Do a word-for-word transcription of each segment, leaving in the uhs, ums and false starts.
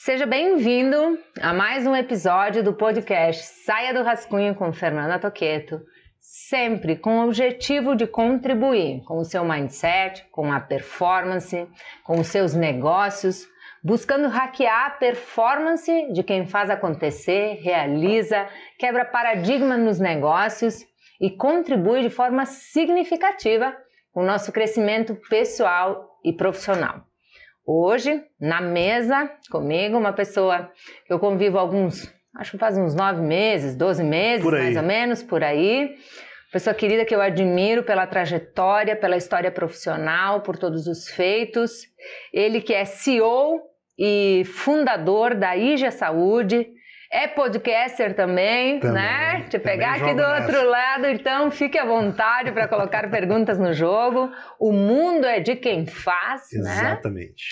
Seja bem-vindo a mais um episódio do podcast Saia do Rascunho com Fernanda Toqueto, sempre com o objetivo de contribuir com o seu mindset, com a performance, com os seus negócios, buscando hackear a performance de quem faz acontecer, realiza, quebra paradigma nos negócios e contribui de forma significativa com o nosso crescimento pessoal e profissional. Hoje, na mesa, comigo, uma pessoa que eu convivo há alguns, acho que faz uns nove meses, doze meses, mais ou menos, por aí. Pessoa querida que eu admiro pela trajetória, pela história profissional, por todos os feitos. Ele que é C E O e fundador da Ígia Saúde, é podcaster também, também né? Te pegar aqui do nessa. Outro lado, então fique à vontade para colocar perguntas no jogo. O mundo é de quem faz, Exatamente. Né?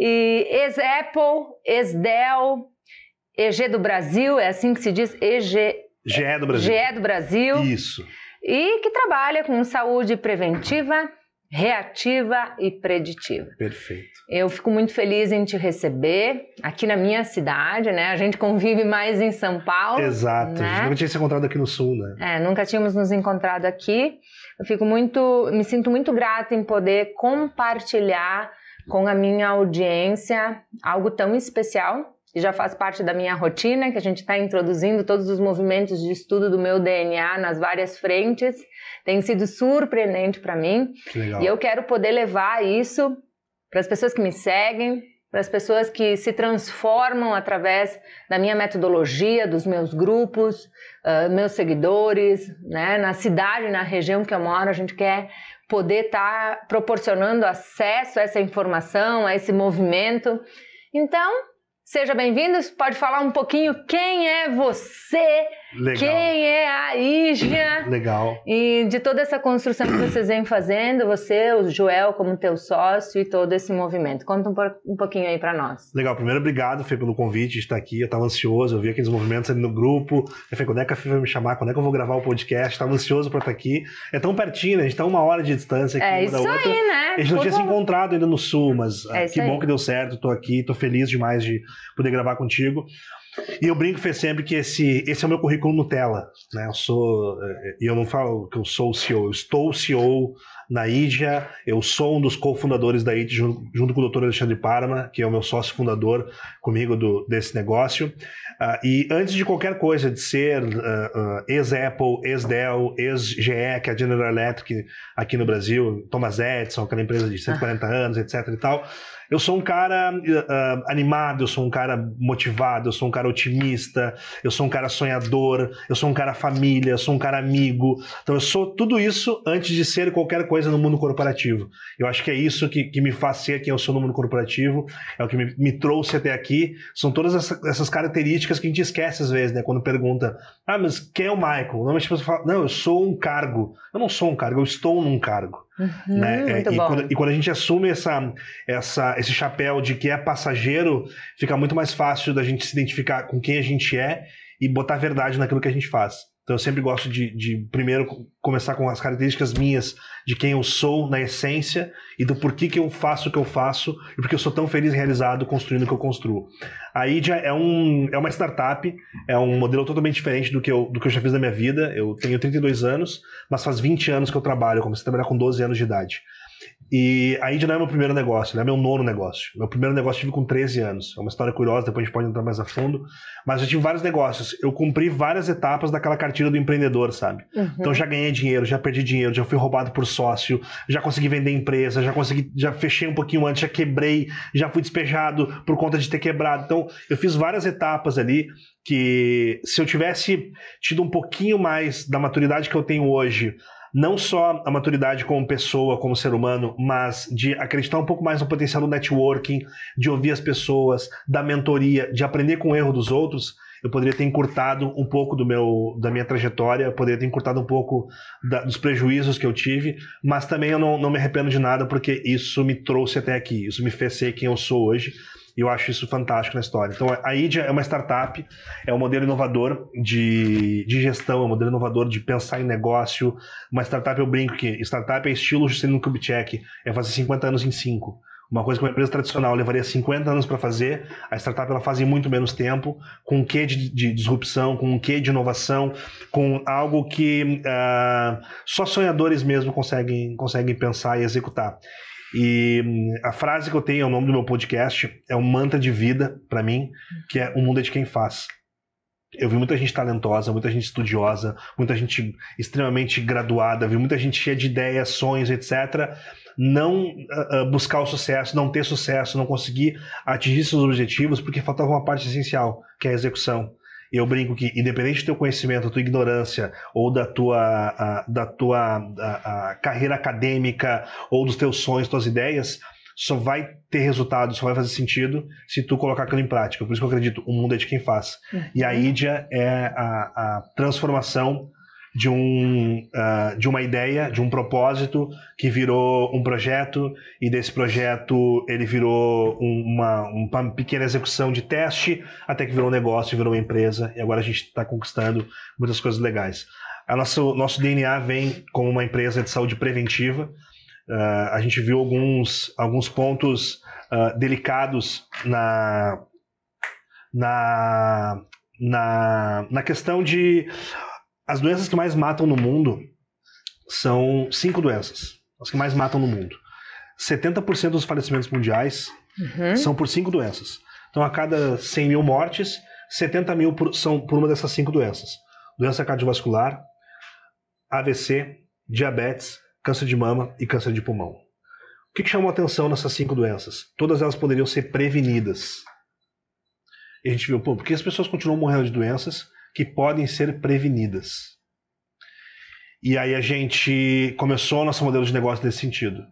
E ex-Apple, ex-Dell, E G do Brasil, é assim que se diz? E G... G E do Brasil. G E do Brasil. Isso. E que trabalha com saúde preventiva, reativa e preditiva. Perfeito. Eu fico muito feliz em te receber aqui na minha cidade, né? A gente convive mais em São Paulo. Exato. Né? A gente nunca tinha se encontrado aqui no Sul, né? É, nunca tínhamos nos encontrado aqui. Eu fico muito, me sinto muito grata em poder compartilhar com a minha audiência algo tão especial, que já faz parte da minha rotina, que a gente está introduzindo todos os movimentos de estudo do meu D N A nas várias frentes. Tem sido surpreendente para mim. Que legal. E eu quero poder levar isso para as pessoas que me seguem, para as pessoas que se transformam através da minha metodologia, dos meus grupos, uh, meus seguidores, né? Na cidade, na região que eu moro, a gente quer poder estar tá proporcionando acesso a essa informação, a esse movimento. Então, seja bem-vindo, pode falar um pouquinho quem é você, Legal. Quem é a Ígia. Legal. E de toda essa construção que vocês vêm fazendo, você, o Joel como teu sócio e todo esse movimento. Conta um, um pouquinho aí para nós. Legal, primeiro obrigado, Fê, pelo convite de estar aqui, eu estava ansioso, eu vi aqueles movimentos ali no grupo, eu falei, quando é que a Fê vai me chamar, quando é que eu vou gravar o podcast, estava ansioso para estar aqui, é tão pertinho, né? A gente está uma hora de distância aqui. É isso uma da outra. aí, né? A gente não tinha se encontrado ainda no Sul, mas é que aí. Bom que deu certo, estou aqui, estou feliz demais de poder gravar contigo. E eu brinco, Fê, sempre que esse, esse é o meu currículo Nutella, né? Eu sou, e eu não falo que eu sou o C E O, eu estou o C E O na Ígia, eu sou um dos cofundadores da Ígia, junto, junto com o doutor Alexandre Parma, que é o meu sócio fundador comigo do, desse negócio. Uh, e antes de qualquer coisa, de ser uh, uh, ex-Apple, ex-Dell, ex-G E, que é a General Electric aqui no Brasil, Thomas Edison, aquela empresa de cento e quarenta anos, etc e tal, eu sou um cara uh, animado, eu sou um cara motivado, eu sou um cara otimista, eu sou um cara sonhador, eu sou um cara família, eu sou um cara amigo. Então eu sou tudo isso antes de ser qualquer coisa no mundo corporativo. Eu acho que é isso que, que me faz ser quem eu sou no mundo corporativo, é o que me, me trouxe até aqui. São todas essa, essas características que a gente esquece às vezes, né? Quando pergunta, ah, mas quem é o Michael? Normalmente a pessoa fala, não, eu sou um cargo. Eu não sou um cargo, eu estou num cargo. Uhum, né? muito e, bom. quando, e quando a gente assume essa, essa, esse chapéu de que é passageiro, fica muito mais fácil da gente se identificar com quem a gente é e botar verdade naquilo que a gente faz. Então eu sempre gosto de, de primeiro começar com as características minhas de quem eu sou na essência e do porquê que eu faço o que eu faço e porque eu sou tão feliz e realizado construindo o que eu construo. A Ígia é, um, é uma startup, é um modelo totalmente diferente do que, eu, do que eu já fiz na minha vida. Eu tenho trinta e dois anos, mas faz vinte anos que eu trabalho, eu comecei a trabalhar com doze anos de idade. E a Ígia não é meu primeiro negócio, é meu nono negócio. Meu primeiro negócio eu tive com treze anos. É uma história curiosa, depois a gente pode entrar mais a fundo. Mas eu tive vários negócios. Eu cumpri várias etapas daquela cartilha do empreendedor, sabe? Uhum. Então já ganhei dinheiro, já perdi dinheiro, já fui roubado por sócio, já consegui vender empresa, já consegui, já fechei um pouquinho antes, já quebrei, já fui despejado por conta de ter quebrado. Então eu fiz várias etapas ali que se eu tivesse tido um pouquinho mais da maturidade que eu tenho hoje, não só a maturidade como pessoa, como ser humano, mas de acreditar um pouco mais no potencial do networking, de ouvir as pessoas, da mentoria, de aprender com o erro dos outros, eu poderia ter encurtado um pouco do meu, da minha trajetória, eu poderia ter encurtado um pouco da, dos prejuízos que eu tive, mas também eu não, não me arrependo de nada, porque isso me trouxe até aqui, isso me fez ser quem eu sou hoje. E eu acho isso fantástico na história. Então, a Ígia é uma startup, é um modelo inovador de, de gestão, é um modelo inovador de pensar em negócio. Uma startup, eu brinco que startup é estilo Juscelino Kubitschek, é fazer cinquenta anos em cinco. Uma coisa que uma empresa tradicional levaria cinquenta anos para fazer, a startup ela faz em muito menos tempo, com um quê de, de disrupção, com um quê de inovação, com algo que uh, só sonhadores mesmo conseguem, conseguem pensar e executar. E a frase que eu tenho, é o nome do meu podcast, é um mantra de vida para mim, que é: o mundo é de quem faz. Eu vi muita gente talentosa, muita gente estudiosa, muita gente extremamente graduada, vi muita gente cheia de ideias, sonhos, etcétera, não uh, buscar o sucesso, não ter sucesso, não conseguir atingir seus objetivos, porque faltava uma parte essencial, que é a execução. E eu brinco que, independente do teu conhecimento, da tua ignorância, ou da tua, uh, da tua uh, uh, carreira acadêmica, ou dos teus sonhos, tuas ideias, só vai ter resultado, só vai fazer sentido se tu colocar aquilo em prática. Por isso que eu acredito, o mundo é de quem faz. Uhum. E a Idia é a, a transformação de, um, uh, de uma ideia, de um propósito que virou um projeto, e desse projeto ele virou uma, uma pequena execução de teste, até que virou um negócio, virou uma empresa, e agora a gente está conquistando muitas coisas legais. A nosso, nosso D N A vem como uma empresa de saúde preventiva. Uh, a gente viu alguns, alguns pontos uh, delicados na, na, na, na questão de... As doenças que mais matam no mundo são cinco doenças. As que mais matam no mundo. setenta por cento dos falecimentos mundiais uhum. são por cinco doenças. Então, a cada cem mil mortes, setenta mil por, são por uma dessas cinco doenças. Doença cardiovascular, A V C, diabetes, câncer de mama e câncer de pulmão. O que, que chamou a atenção nessas cinco doenças? Todas elas poderiam ser prevenidas. E a gente viu, pô, por que as pessoas continuam morrendo de doenças que podem ser prevenidas? E aí a gente começou o nosso modelo de negócio nesse sentido.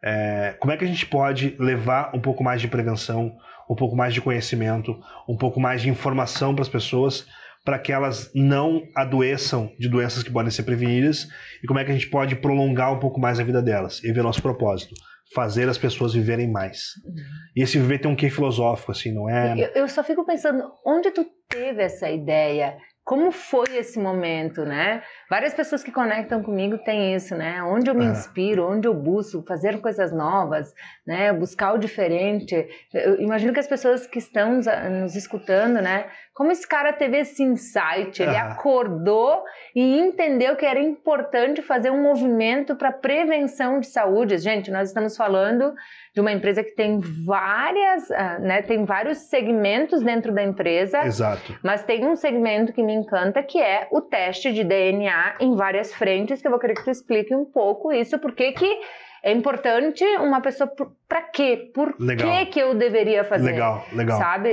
É, como é que a gente pode levar um pouco mais de prevenção, um pouco mais de conhecimento, um pouco mais de informação para as pessoas, para que elas não adoeçam de doenças que podem ser prevenidas, e como é que a gente pode prolongar um pouco mais a vida delas. E ver o nosso propósito: fazer as pessoas viverem mais. Uhum. E esse viver tem um quê filosófico, assim, não é... Eu, eu só fico pensando, onde tu teve essa ideia? Como foi esse momento, né? Várias pessoas que conectam comigo têm isso, né? Onde eu me inspiro, onde eu busco fazer coisas novas, né? Buscar o diferente. Eu imagino que as pessoas que estão nos, nos escutando, né? Como esse cara teve esse insight, ele ah. acordou e entendeu que era importante fazer um movimento para prevenção de saúde. Gente, nós estamos falando de uma empresa que tem várias, né? Tem vários segmentos dentro da empresa. Exato. Mas tem um segmento que me encanta, que é o teste de D N A em várias frentes, que eu vou querer que tu explique um pouco isso, porque que é importante uma pessoa, para quê? Por que que eu deveria fazer? Legal, legal. Sabe?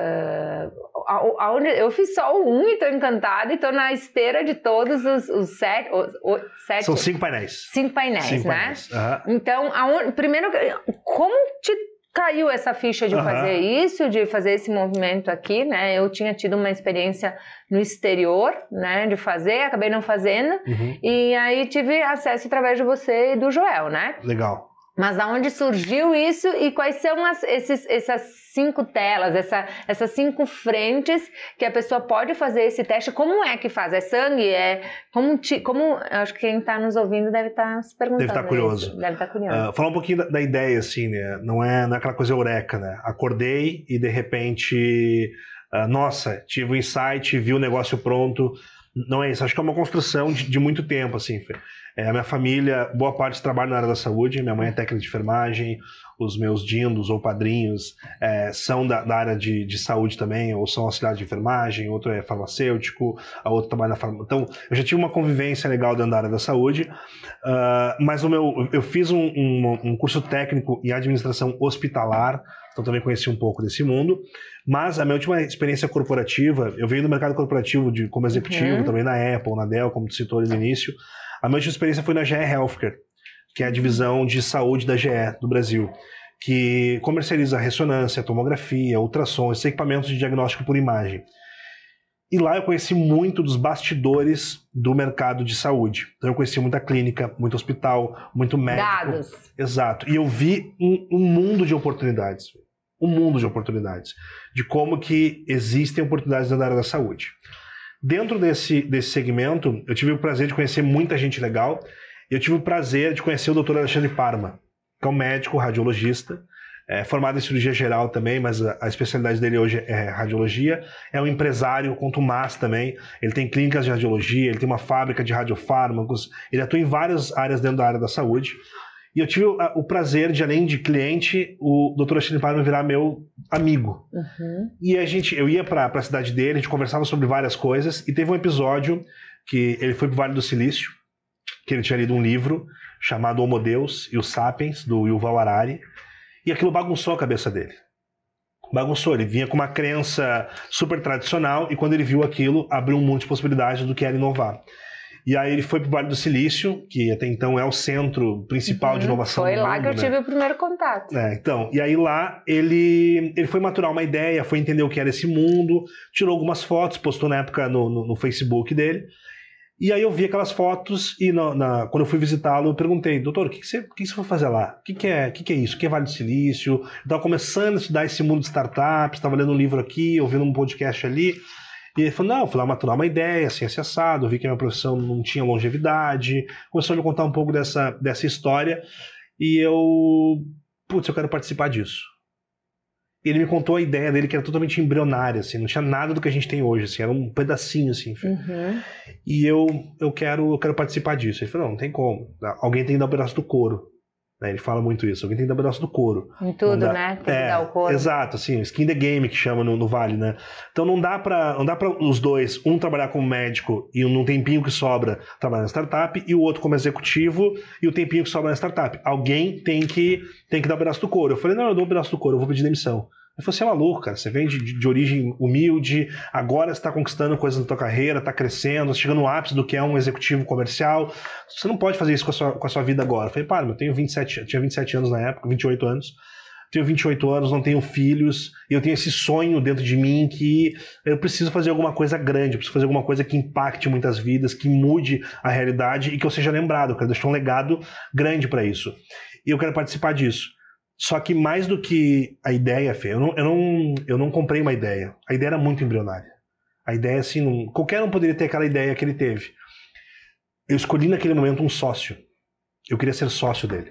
Uh, aonde, eu fiz só o um e estou encantada e estou na esteira de todos os, os, sete, os, os sete... São cinco painéis. Cinco painéis, cinco né? Painéis. Uhum. Então, aonde, primeiro, como te caiu essa ficha de uhum. fazer isso, de fazer esse movimento aqui, né? Eu tinha tido uma experiência no exterior, né? De fazer, acabei não fazendo. Uhum. E aí tive acesso através de você e do Joel, né? Legal. Mas aonde surgiu isso e quais são as, esses, essas cinco telas, essa, essas cinco frentes que a pessoa pode fazer esse teste? Como é que faz? É sangue? É como, como acho que quem está nos ouvindo deve estar tá se perguntando. Deve estar tá curioso. Isso. Deve estar tá curioso. Uh, falar um pouquinho da, da ideia, assim, né? Não é, não é aquela coisa eureka, né? Acordei e de repente, uh, nossa, tive um insight, vi o negócio pronto. Não é isso. Acho que é uma construção de, de muito tempo, assim, Fê. É, a minha família, boa parte trabalha na área da saúde. Minha mãe é técnica de enfermagem, os meus dindos ou padrinhos é, são da, da área de, de saúde também, ou são auxiliares de enfermagem, outro é farmacêutico, a outra trabalha na farmácia. Então, eu já tive uma convivência legal dentro da área da saúde, uh, mas o meu, eu fiz um, um, um curso técnico em administração hospitalar, então também conheci um pouco desse mundo. Mas a minha última experiência corporativa, eu venho do mercado corporativo de, como executivo, uhum. também na Apple, na Dell, como tu citou ali no início. A minha última experiência foi na G E Healthcare, que é a divisão de saúde da G E do Brasil, que comercializa ressonância, tomografia, ultrassom, esses equipamentos de diagnóstico por imagem. E lá eu conheci muito dos bastidores do mercado de saúde. Então eu conheci muita clínica, muito hospital, muito médico. Dados. Exato. E eu vi um, um mundo de oportunidades. Um mundo de oportunidades. De como que existem oportunidades na área da saúde. Dentro desse, desse segmento, eu tive o prazer de conhecer muita gente legal. E eu tive o prazer de conhecer o doutor Alexandre Parma, que é um médico radiologista, é formado em cirurgia geral também, mas a, a especialidade dele hoje é radiologia. É um empresário contumaz também. Ele tem clínicas de radiologia, ele tem uma fábrica de radiofármacos, ele atua em várias áreas dentro da área da saúde. E eu tive o, o prazer de, além de cliente, o doutor Alexandre Parma virar meu amigo. Uhum. E a gente, eu ia para a cidade dele, a gente conversava sobre várias coisas, e teve um episódio que ele foi para o Vale do Silício, que ele tinha lido um livro chamado Homo Deus e os Sapiens, do Yuval Harari, e aquilo bagunçou a cabeça dele. Bagunçou, ele vinha com uma crença super tradicional, e quando ele viu aquilo, abriu um monte de possibilidades do que era inovar. E aí ele foi para o Vale do Silício, que até então é o centro principal uhum, de inovação foi do lá mundo, que eu né? tive o primeiro contato. É, então, e aí lá ele, ele foi maturar uma ideia, foi entender o que era esse mundo, tirou algumas fotos, postou na época no, no, no Facebook dele. E aí eu vi aquelas fotos e na, na, quando eu fui visitá-lo eu perguntei, doutor, o que, que, você, o que, que você vai fazer lá? O que, que, é, o que, que é isso? O que é Vale do Silício? Eu estava começando a estudar esse mundo de startups, estava lendo um livro aqui, ouvindo um podcast ali. E ele falou, não, eu fui lá maturar uma ideia, assim, assim, assado, vi que a minha profissão não tinha longevidade, começou a me contar um pouco dessa, dessa história, e eu, putz, eu quero participar disso. E ele me contou a ideia dele, que era totalmente embrionária, assim, não tinha nada do que a gente tem hoje, assim, era um pedacinho, assim. Uhum. E eu, eu, quero, eu quero participar disso. Ele falou, não, não tem como, alguém tem que dar um pedaço do couro. Ele fala muito isso, alguém tem que dar um pedaço do couro. Em tudo, dá... né? Tem é, que dar o couro. Exato, assim, skin the game que chama no, no Vale, né? Então não dá pra, não dá pra os dois, um trabalhar como médico e num tempinho que sobra trabalhar na startup, e o outro como executivo e o tempinho que sobra na startup. Alguém tem que, tem que dar um pedaço do couro. Eu falei, não, eu dou um pedaço do couro, eu vou pedir demissão. Ele falou, você é maluco, cara, você vem de, de, de origem humilde, agora você está conquistando coisas na tua carreira, está crescendo, está chegando no ápice do que é um executivo comercial, você não pode fazer isso com a sua, com a sua vida agora. Eu falei, para, eu tenho vinte e sete, eu tinha vinte e sete anos na época, vinte e oito anos, tenho vinte e oito anos, não tenho filhos, e eu tenho esse sonho dentro de mim que eu preciso fazer alguma coisa grande, eu preciso fazer alguma coisa que impacte muitas vidas, que mude a realidade e que eu seja lembrado, eu quero deixar um legado grande para isso. E eu quero participar disso. Só que mais do que a ideia, Fê, eu não, eu, não, eu não comprei uma ideia. A ideia era muito embrionária. A ideia, assim, não, qualquer um poderia ter aquela ideia que ele teve. Eu escolhi naquele momento um sócio. Eu queria ser sócio dele.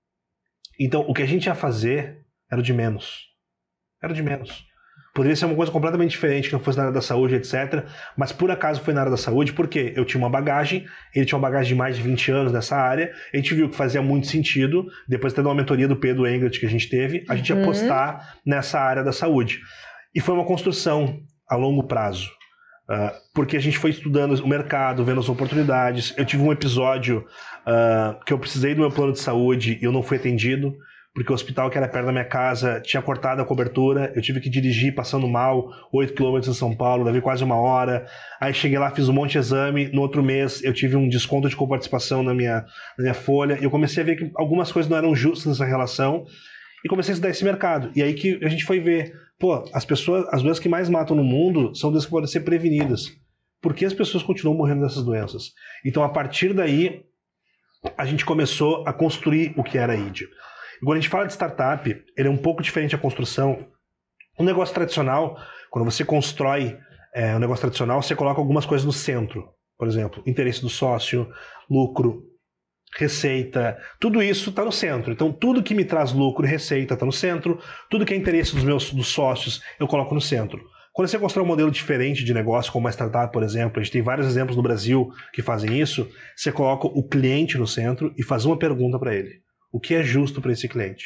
Então, o que a gente ia fazer era o de menos. Era o de menos. Poderia ser uma coisa completamente diferente, que não fosse na área da saúde, etcétera. Mas por acaso foi na área da saúde, porque eu tinha uma bagagem, ele tinha uma bagagem de mais de vinte anos nessa área, a gente viu que fazia muito sentido, depois tendo uma mentoria do Pedro Engelt que a gente teve, a gente ia apostar uhum. nessa área da saúde. E foi uma construção a longo prazo, uh, porque a gente foi estudando o mercado, vendo as oportunidades. Eu tive um episódio uh, que eu precisei do meu plano de saúde e eu não fui atendido, porque o hospital que era perto da minha casa tinha cortado a cobertura, eu tive que dirigir passando mal, oito quilômetros em São Paulo, levei quase uma hora, aí cheguei lá, fiz um monte de exame, no outro mês eu tive um desconto de coparticipação na minha, na minha folha, e eu comecei a ver que algumas coisas não eram justas nessa relação, e comecei a estudar esse mercado, e aí que a gente foi ver, pô, as pessoas, as doenças que mais matam no mundo são doenças que podem ser prevenidas, por que as pessoas continuam morrendo dessas doenças? Então a partir daí, a gente começou a construir o que era a I D I. Quando a gente fala de startup, ele é um pouco diferente a construção. Um negócio tradicional, quando você constrói é, um negócio tradicional, você coloca algumas coisas no centro. Por exemplo, interesse do sócio, lucro, receita, tudo isso está no centro. Então, tudo que me traz lucro e receita está no centro, tudo que é interesse dos meus dos sócios, eu coloco no centro. Quando você constrói um modelo diferente de negócio, como uma startup, por exemplo, a gente tem vários exemplos no Brasil que fazem isso, você coloca o cliente no centro e faz uma pergunta para ele. O que é justo para esse cliente?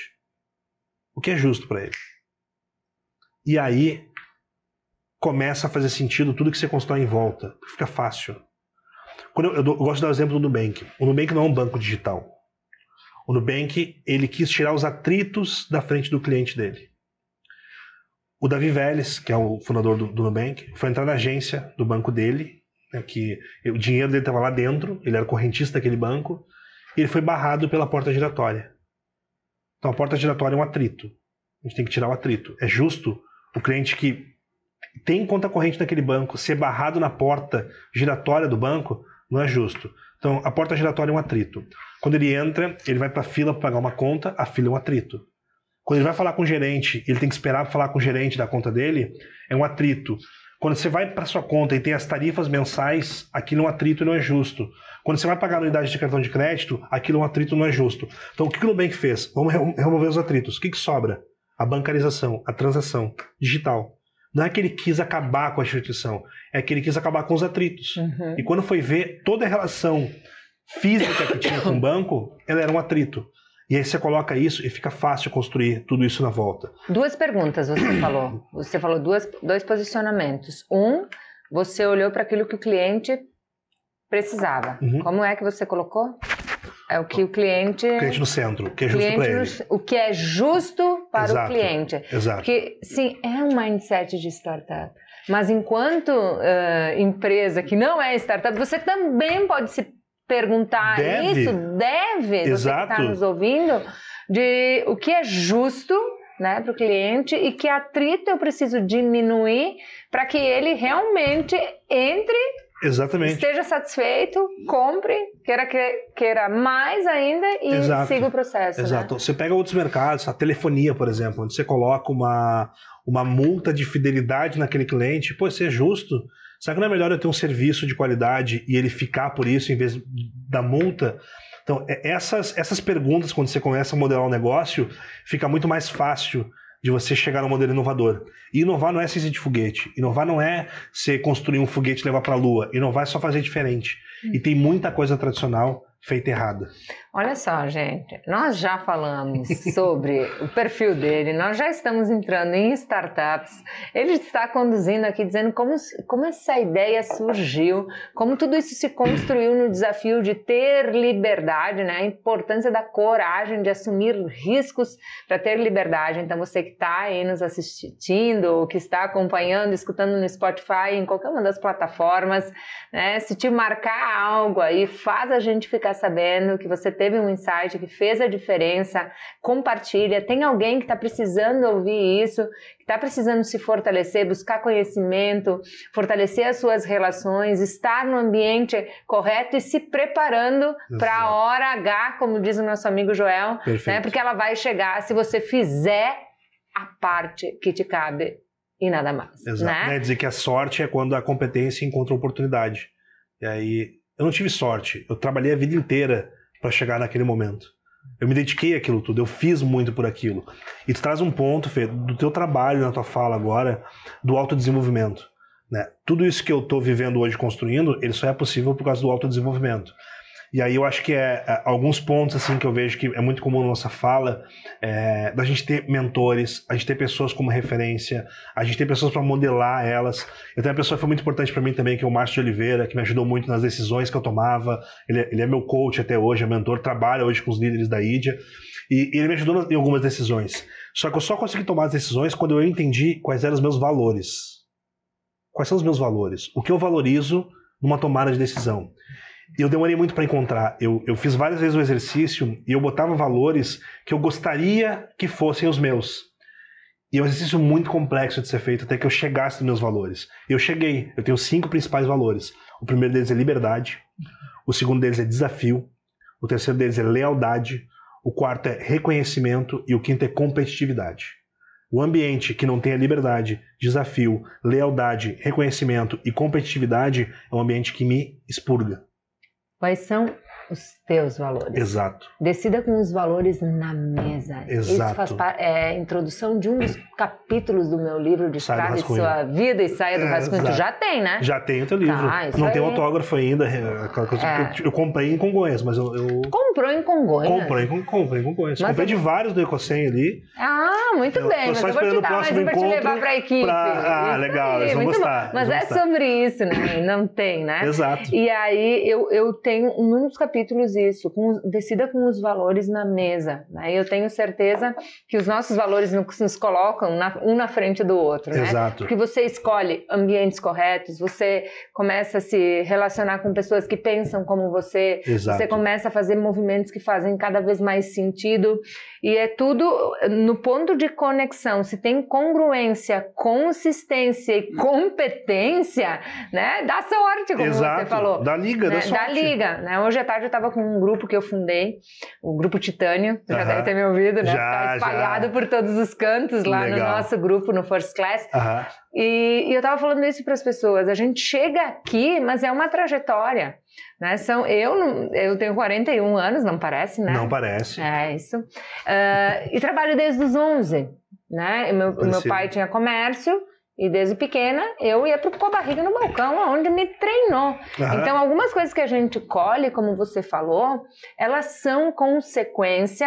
O que é justo para ele? E aí começa a fazer sentido tudo que você constrói em volta. Fica fácil. Quando eu, eu, dou, eu gosto de dar o exemplo do Nubank. O Nubank não é um banco digital. O Nubank, ele quis tirar os atritos da frente do cliente dele. O Davi Vélez, que é o fundador do, do Nubank, foi entrar na agência do banco dele, né, que o dinheiro dele estava lá dentro, ele era correntista daquele banco, e ele foi barrado pela porta giratória. Então a porta giratória é um atrito. A gente tem que tirar o atrito. É justo o cliente que tem conta corrente naquele banco ser barrado na porta giratória do banco? Não é justo. Então a porta giratória é um atrito. Quando ele entra, ele vai para a fila para pagar uma conta, a fila é um atrito. Quando ele vai falar com o gerente, ele tem que esperar para falar com o gerente da conta dele, é um atrito. Quando você vai para sua conta e tem as tarifas mensais, aquilo é um atrito e não é justo. Quando você vai pagar a anuidade de cartão de crédito, aquilo é um atrito e não é justo. Então, o que o Nubank fez? Vamos remover os atritos. O que, que sobra? a bancarização, a transação digital. Não é que ele quis acabar com a instituição, é que ele quis acabar com os atritos. Uhum. E quando foi ver toda a relação física que tinha com o banco, ela era um atrito. E aí você coloca isso e fica fácil construir tudo isso na volta. Duas perguntas você falou. Você falou duas, dois posicionamentos. Um, você olhou para aquilo que o cliente precisava. Uhum. Como é que você colocou? É o que o cliente... O cliente no centro, o que é justo para ele. O que é justo para Exato, o cliente. Exato. Porque, sim, é um mindset de startup. Mas enquanto uh, empresa que não é startup, você também pode se perguntar deve. isso, deve, Exato. Você que está nos ouvindo, de o que é justo, né, para o cliente e que atrito eu preciso diminuir para que ele realmente entre... Exatamente. Esteja satisfeito, compre, queira, queira mais ainda e Exato. siga o processo. Exato. Né? Você pega outros mercados, a telefonia, por exemplo, onde você coloca uma, uma multa de fidelidade naquele cliente, pô, isso é justo. Será que não é melhor eu ter um serviço de qualidade e ele ficar por isso em vez da multa? Então, essas, essas perguntas, quando você começa a modelar um negócio, fica muito mais fácil de você chegar no modelo inovador. E inovar não é ciência de foguete. Inovar não é você construir um foguete e levar para a Lua. Inovar é só fazer diferente. E tem muita coisa tradicional feita errada. Olha só, gente, nós já falamos sobre o perfil dele, nós já estamos entrando em startups, ele está conduzindo aqui, dizendo como, como essa ideia surgiu, como tudo isso se construiu no desafio de ter liberdade, né? A importância da coragem de assumir riscos para ter liberdade. Então você que está aí nos assistindo, ou que está acompanhando, escutando no Spotify, em qualquer uma das plataformas, né? Se te marcar algo aí, faz a gente ficar sabendo que você teve um insight que fez a diferença, compartilha, tem alguém que está precisando ouvir isso, que está precisando se fortalecer, buscar conhecimento, fortalecer as suas relações, estar no ambiente correto e se preparando para a hora H, como diz o nosso amigo Joel, né? Porque ela vai chegar se você fizer a parte que te cabe e nada mais. Exato. Né? Né? Dizer que a sorte é quando a competência encontra oportunidade. E aí, eu não tive sorte, eu trabalhei a vida inteira para chegar naquele momento. Eu me dediquei àquilo tudo, eu fiz muito por aquilo. E tu traz um ponto, Fê, do teu trabalho na tua fala agora, do autodesenvolvimento. Né? Tudo isso que eu estou vivendo hoje construindo, ele só é possível por causa do autodesenvolvimento. E aí eu acho que é, é alguns pontos assim que eu vejo que é muito comum na nossa fala, é, da gente ter mentores, a gente ter pessoas como referência, a gente ter pessoas para modelar elas. Eu tenho uma pessoa que foi muito importante para mim também, que é o Márcio de Oliveira, que me ajudou muito nas decisões que eu tomava. Ele, ele é meu coach até hoje, é mentor, trabalha hoje com os líderes da Idia. E, e ele me ajudou em algumas decisões. Só que eu só consegui tomar as decisões quando eu entendi quais eram os meus valores. Quais são os meus valores? O que eu valorizo numa tomada de decisão? E eu demorei muito para encontrar. Eu, eu fiz várias vezes o exercício e eu botava valores que eu gostaria que fossem os meus. E é um exercício muito complexo de ser feito até que eu chegasse nos meus valores. E eu cheguei. Eu tenho cinco principais valores. O primeiro deles é liberdade. O segundo deles é desafio. O terceiro deles é lealdade. O quarto é reconhecimento. E o quinto é competitividade. O ambiente que não tenha liberdade, desafio, lealdade, reconhecimento e competitividade é um ambiente que me expurga. Quais são os teus valores? Exato. Decida com os valores na mesa. Exato. Isso faz parte, é a introdução de um dos capítulos do meu livro de Estrada de Sua Vida e Saia do Rascunho. É, tu já tem, né? Já tem o teu livro. Tá, não aí. Tem autógrafo ainda. Aquela coisa é. que eu, eu comprei em Congonhas, mas eu... eu... Comprou em Congonhas? Comprei, comprei em Congonhas. Mas comprei eu... de vários do Ecocem ali. Ah, muito eu, bem. Eu mas só eu vou te dar, mas eu vou te levar pra equipe. Pra... Ah, legal. Eles vão gostar. Mas vão é gostar. sobre isso, né? Não tem, né? Exato. E aí eu, eu tenho num dos capítulos isso, com, decida com os valores na mesa. Né? Eu tenho certeza que os nossos valores nos, nos colocam na, um na frente do outro. Né? Exato. Porque você escolhe ambientes corretos, você começa a se relacionar com pessoas que pensam como você, Exato. Você começa a fazer movimentos que fazem cada vez mais sentido. E é tudo no ponto de conexão. Se tem congruência, consistência e competência, né? Dá sorte, como Exato. Você falou. Da liga, né? da sorte. Da liga. Né? Hoje à tarde eu estava com um grupo que eu fundei, o Grupo Titânio, você uh-huh. já deve ter me ouvido, né? Já, tá espalhado já. por todos os cantos lá Legal. No nosso grupo, no First Class. Uh-huh. E, e eu estava falando isso para as pessoas, a gente chega aqui, mas é uma trajetória. Né? São, eu, eu tenho quarenta e um anos, não parece, né? Não parece. É isso. Uh, e trabalho desde os onze. né? E meu, meu pai tinha comércio e desde pequena eu ia com a barriga no balcão, onde me treinou. Uhum. Então, algumas coisas que a gente colhe, como você falou, elas são consequência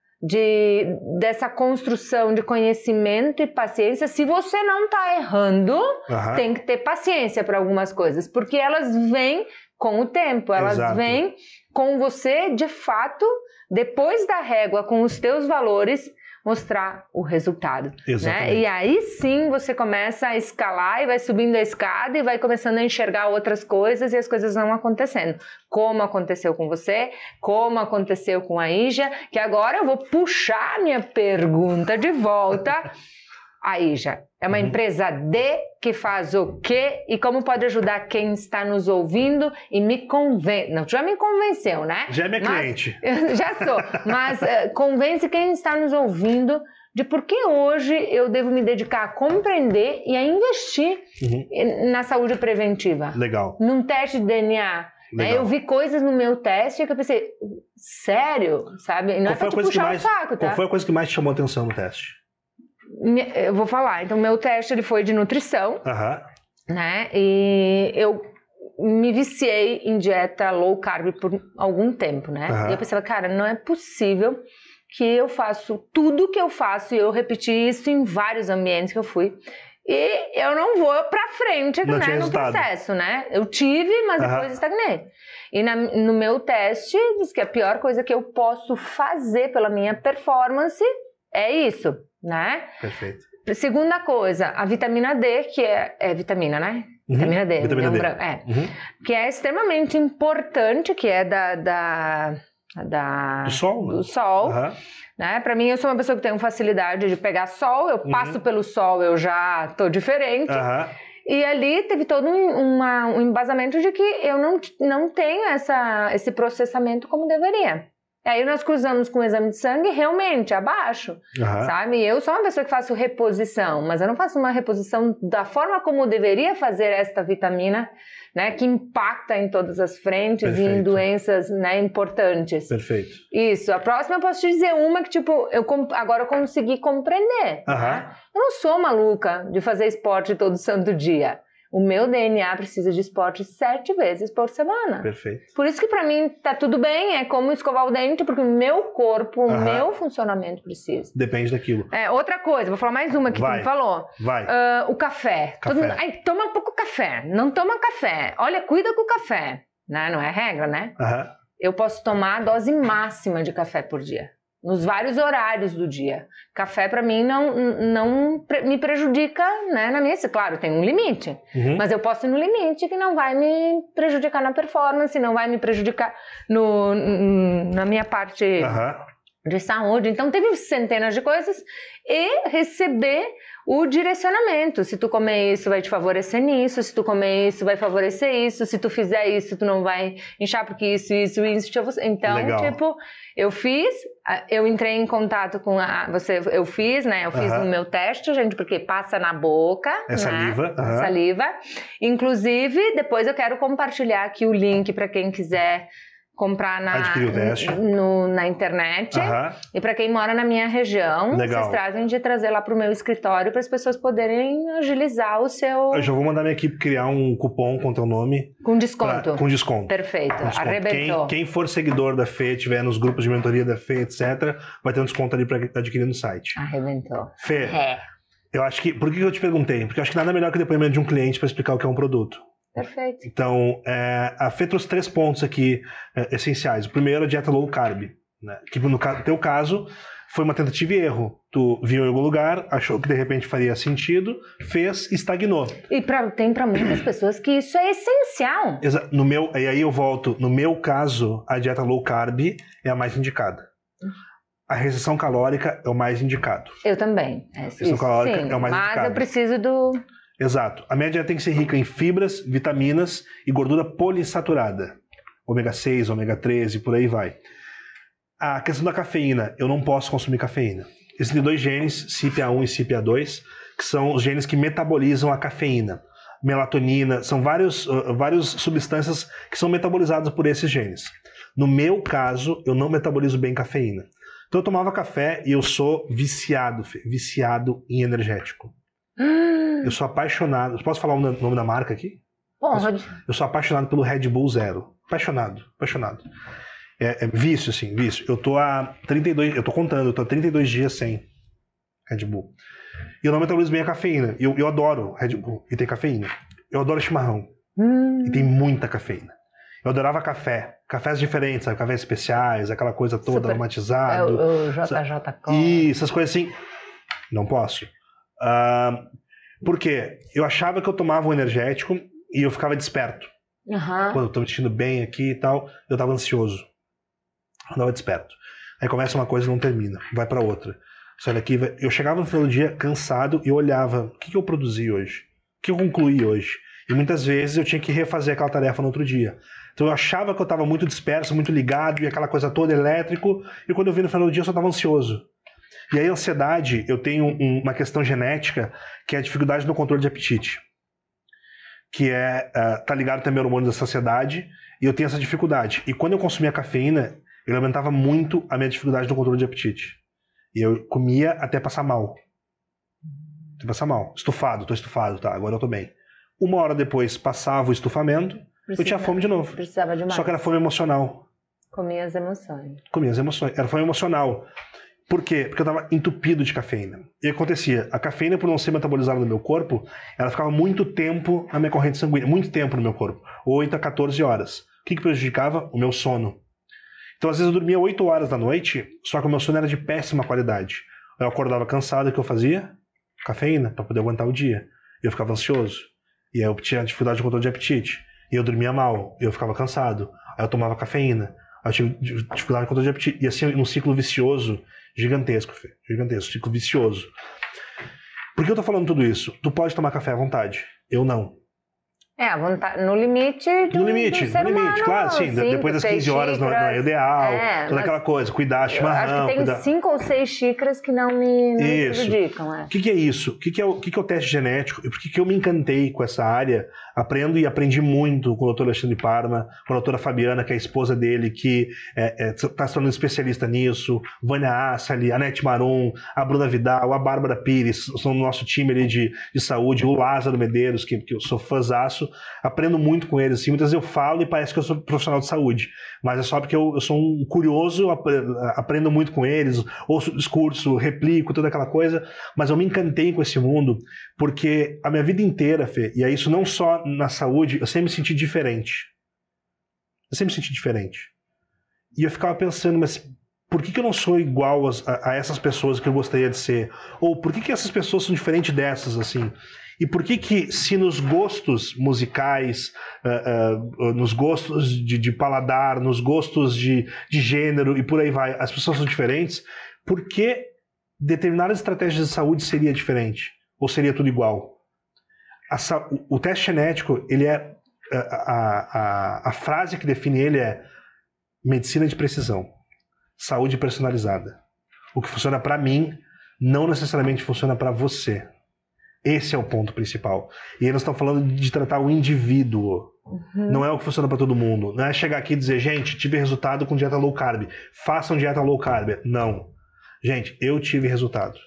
de, dessa construção de conhecimento e paciência. Se você não está errando, uhum. tem que ter paciência para algumas coisas, porque elas vêm com o tempo, elas Exato. Vêm com você, de fato, depois da régua, com os teus valores, mostrar o resultado. Exatamente. Né? E aí sim você começa a escalar e vai subindo a escada e vai começando a enxergar outras coisas e as coisas vão acontecendo. Como aconteceu com você, como aconteceu com a Ija, que agora eu vou puxar minha pergunta de volta. A Ija é uma uhum. empresa de que faz o quê e como pode ajudar quem está nos ouvindo e me convence. Não, já me convenceu, né? Já é minha mas, cliente. Já sou, mas uh, convence quem está nos ouvindo de por que hoje eu devo me dedicar a compreender e a investir uhum. na saúde preventiva. Legal. Num teste de D N A. Né? Eu vi coisas no meu teste que eu pensei, sério? Sabe? E não qual é pra te puxar mais, o saco, tá? Qual foi a coisa que mais te chamou a atenção no teste? Eu vou falar. Então, meu teste ele foi de nutrição, uhum. né? E eu me viciei em dieta low carb por algum tempo, né? Uhum. E eu pensava, cara, não é possível que eu faço tudo que eu faço e eu repeti isso em vários ambientes que eu fui. E eu não vou pra frente, né, no processo, né? Eu tive, mas uhum. depois estagnei. E na, no meu teste, diz que a pior coisa que eu posso fazer pela minha performance é isso. Né? Perfeito. Segunda coisa, a vitamina D, que é, é vitamina, né? Uhum. Vitamina D. Vitamina D. É. Uhum. Que é extremamente importante, que é da... da, da do sol, do né? sol. Uhum. Né? Para mim, eu sou uma pessoa que tem facilidade de pegar sol, eu uhum. passo pelo sol, eu já tô diferente. Uhum. E ali teve todo um, uma, um embasamento de que eu não, não tenho essa, esse processamento como deveria. Aí nós cruzamos com o exame de sangue realmente abaixo, uhum. sabe? Eu sou uma pessoa que faço reposição, mas eu não faço uma reposição da forma como deveria fazer esta vitamina, né? Que impacta em todas as frentes Perfeito. E em doenças, né, importantes. Perfeito. Isso. A próxima eu posso te dizer uma que, tipo, eu agora eu consegui compreender. Uhum. Né? Eu não sou maluca de fazer esporte todo santo dia. O meu D N A precisa de esporte sete vezes por semana. Perfeito. Por isso que pra mim tá tudo bem, é como escovar o dente, porque o meu corpo, o meu funcionamento precisa. Depende daquilo. É, outra coisa, vou falar mais uma que Vai. tu me falou. Vai. Uh, o café. Café. Todo mundo, ai, toma pouco café. Não toma café. Olha, cuida com o café. Né? Não é regra, né? Uhum. Eu posso tomar a dose máxima de café por dia. Nos vários horários do dia. Café, para mim, não, não me prejudica, né, na minha... Claro, tem um limite, uhum. mas eu posso ir no limite que não vai me prejudicar na performance, não vai me prejudicar no, na minha parte uhum. de saúde. Então, teve centenas de coisas e receber o direcionamento. Se tu comer isso, vai te favorecer nisso. Se tu comer isso, vai favorecer isso. Se tu fizer isso, tu não vai inchar porque isso, isso, isso. Então, Legal. tipo, eu fiz, eu entrei em contato com a... Você, eu fiz, né? Eu fiz o uh-huh. meu teste, gente, porque passa na boca. É né? saliva. Uh-huh. Saliva. Inclusive, depois eu quero compartilhar aqui o link para quem quiser comprar na, no, na internet. Uhum. E para quem mora na minha região, Legal. Vocês trazem de trazer lá para o meu escritório para as pessoas poderem agilizar o seu... Eu já vou mandar minha equipe criar um cupom com teu nome. Com desconto. Pra, com desconto. Perfeito. Com desconto. Arrebentou. Quem, quem for seguidor da Fê, tiver nos grupos de mentoria da Fê, etcétera, vai ter um desconto ali para adquirir no site. Arrebentou. Fê, é. eu acho que... Por que eu te perguntei? Porque eu acho que nada melhor que o depoimento de um cliente para explicar o que é um produto. Perfeito. Então, é, a Fê trouxe três pontos aqui é, essenciais. O primeiro é a dieta low carb, né? Que no teu caso foi uma tentativa e erro. Tu viu em algum lugar, achou que de repente faria sentido, fez e estagnou. E pra, tem para muitas pessoas que isso é essencial. Exa- no meu, e aí eu volto, no meu caso, a dieta low carb é a mais indicada. A restrição calórica é o mais indicado. Eu também. É, a restrição calórica sim, é o mais mas indicado. Mas eu preciso do... Exato. A minha dieta tem que ser rica em fibras, vitaminas e gordura polissaturada. ômega seis, ômega três e por aí vai. A questão da cafeína. Eu não posso consumir cafeína. Existem dois genes, C Y P A um e C Y P A dois, que são os genes que metabolizam a cafeína. Melatonina, são vários, uh, várias substâncias que são metabolizadas por esses genes. No meu caso, eu não metabolizo bem cafeína. Então eu tomava café e eu sou viciado, Fê, viciado em energético. Hum. Eu sou apaixonado. Posso falar o nome da marca aqui? Pode. Eu sou apaixonado pelo Red Bull Zero. Apaixonado, apaixonado. É, é vício, assim, vício. Eu tô há trinta e dois, eu tô contando, eu tô há trinta e dois dias sem Red Bull. E eu não metabolizo bem a cafeína. Eu, eu adoro Red Bull e tem cafeína. Eu adoro chimarrão. Hum. E tem muita cafeína. Eu adorava café. Cafés diferentes, sabe? Cafés especiais, aquela coisa toda, Super. aromatizado. É o, o J J Cole. E essas coisas assim. Não posso. Uh, por quê? Eu achava que eu tomava um energético e eu ficava desperto. Uhum. Quando eu tô me sentindo bem aqui e tal, eu tava ansioso. Eu tava desperto. Aí começa uma coisa e não termina. Vai pra outra. Sai daqui, vai... Eu chegava no final do dia cansado e eu olhava. O que, que eu produzi hoje? O que eu concluí hoje? E muitas vezes eu tinha que refazer aquela tarefa no outro dia. Então eu achava que eu estava muito disperso, muito ligado, e aquela coisa toda elétrico, e quando eu vi no final do dia eu só estava ansioso. E aí a ansiedade, eu tenho um, uma questão genética, que é a dificuldade no controle de apetite. Que é, uh, tá ligado também ao hormônio da saciedade, e eu tenho essa dificuldade. E quando eu consumia cafeína, eu aumentava muito a minha dificuldade no controle de apetite. E eu comia até passar mal. Até passar mal. Estufado, tô estufado, tá, agora eu tô bem. Uma hora depois passava o estufamento, Precisa, eu tinha fome de novo. Precisava de mais. Só que era fome emocional. Comia as emoções. Comia as emoções. Era fome emocional. Por quê? Porque eu estava entupido de cafeína. E o que acontecia? A cafeína, por não ser metabolizada no meu corpo, ela ficava muito tempo na minha corrente sanguínea. Muito tempo no meu corpo. oito a quatorze horas. O que, que prejudicava? O meu sono. Então, às vezes, eu dormia oito horas da noite, só que o meu sono era de péssima qualidade. Eu acordava cansado, o que eu fazia? Cafeína, para poder aguentar o dia. E eu ficava ansioso. E aí eu tinha dificuldade de controle de apetite. E eu dormia mal. E eu ficava cansado. Aí eu tomava cafeína. Aí eu tinha dificuldade de controle de apetite. E assim, um ciclo vicioso gigantesco, Fê. Gigantesco. Ciclo vicioso. Por que eu tô falando tudo isso? Tu pode tomar café à vontade. Eu não. É, à vontade, no limite do, No limite, do ser no limite, humano, claro, sim. cinco, Depois das quinze horas não, não é ideal. É, toda aquela coisa. Cuidar, chimarrão. Acho que tem cuidar... cinco ou seis xícaras que não me, não me Isso. prejudicam. É. O que, que é isso? O que, que, é o, o que, que é o teste genético? E por que, que eu me encantei com essa área? Aprendo e aprendi muito com o doutor Alexandre Parma, com a doutora Fabiana, que é a esposa dele, que está é, é, se tornando especialista nisso, Vânia Assali, a Nete Marum, a Bruna Vidal, a Bárbara Pires, são do nosso time ali de, de saúde, o Lázaro Medeiros, que, que eu sou fãzaço. Aprendo muito com eles. Assim. Muitas vezes eu falo e parece que eu sou profissional de saúde, mas é só porque eu, eu sou um curioso, aprendo muito com eles, ouço discurso, replico, toda aquela coisa, mas eu me encantei com esse mundo, porque a minha vida inteira, Fê, e é isso não só na saúde, eu sempre me senti diferente. Eu sempre me senti diferente. E eu ficava pensando, mas por que, que eu não sou igual a, a essas pessoas que eu gostaria de ser? Ou por que, que essas pessoas são diferentes dessas, assim? E por que que, se nos gostos musicais, uh, uh, nos gostos de, de paladar, nos gostos de, de gênero e por aí vai, as pessoas são diferentes, por que determinadas estratégias de saúde seria diferente? Ou seria tudo igual? A, o, o teste genético, ele é, a, a, a, a frase que define ele é medicina de precisão, saúde personalizada. O que funciona para mim, não necessariamente funciona para você. Esse é o ponto principal. E aí nós estamos falando de tratar o indivíduo. Uhum. Não é o que funciona para todo mundo. Não é chegar aqui e dizer, gente, tive resultado com dieta low carb. Façam dieta low carb. Não. Gente, eu tive resultado.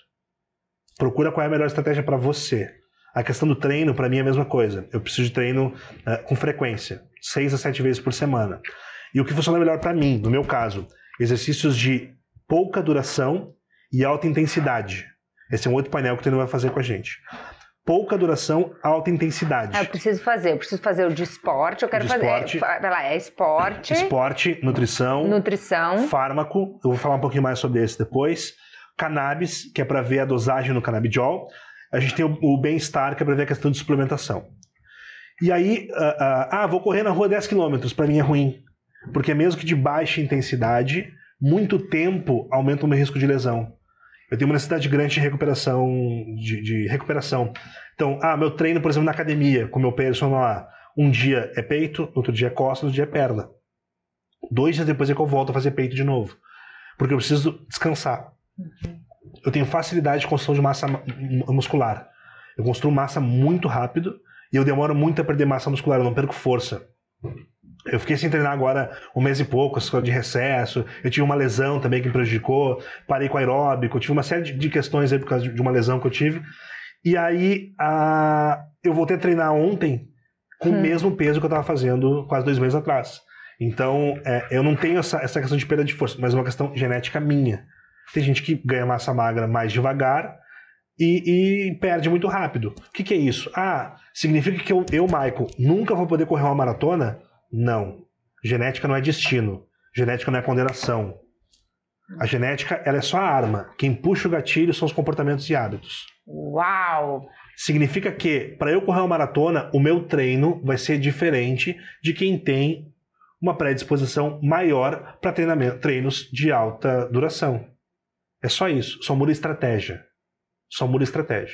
Procura qual é a melhor estratégia para você. A questão do treino, para mim, é a mesma coisa. Eu preciso de treino uh, com frequência. Seis a sete vezes por semana. E o que funciona melhor para mim, no meu caso, exercícios de pouca duração e alta intensidade. Esse é um outro painel que o Tênis vai fazer com a gente. Pouca duração, alta intensidade. É, eu preciso fazer. Eu preciso fazer o de esporte. Eu quero de fazer. Esporte, Vai lá, é esporte. Esporte, nutrição. Nutrição. Fármaco. Eu vou falar um pouquinho mais sobre esse depois. Cannabis, que é para ver a dosagem no canabidiol. A gente tem o, o bem-estar, que é para ver a questão de suplementação. E aí, uh, uh, ah, vou correr na rua dez quilômetros. Para mim é ruim. Porque mesmo que de baixa intensidade, muito tempo aumenta o meu risco de lesão. Eu tenho uma necessidade grande de recuperação, de, de recuperação. Então, ah, meu treino, por exemplo, na academia, com meu personal lá, um dia é peito, outro dia é costas, outro dia é perna. Dois dias depois é que eu volto a fazer peito de novo. Porque eu preciso descansar. Uhum. Eu tenho facilidade de construção de massa muscular. Eu construo massa muito rápido e eu demoro muito a perder massa muscular, eu não perco força. Eu fiquei sem treinar agora um mês e pouco, essa coisa de recesso. Eu tive uma lesão também que me prejudicou. Parei com aeróbico. Eu tive uma série de questões aí por causa de uma lesão que eu tive. E aí, a... eu voltei a treinar ontem com hum. o mesmo peso que eu estava fazendo quase dois meses atrás. Então, é, eu não tenho essa, essa questão de perda de força, mas é uma questão genética minha. Tem gente que ganha massa magra mais devagar e, e perde muito rápido. O que, que é isso? Ah, significa que eu, eu, Michael, nunca vou poder correr uma maratona? Não. Genética não é destino. Genética não é condenação. A genética, ela é só a arma. Quem puxa o gatilho são os comportamentos e hábitos. Uau! Significa que, para eu correr uma maratona, o meu treino vai ser diferente de quem tem uma predisposição maior para treinos de alta duração. É só isso. Só muda estratégia. Só muda estratégia.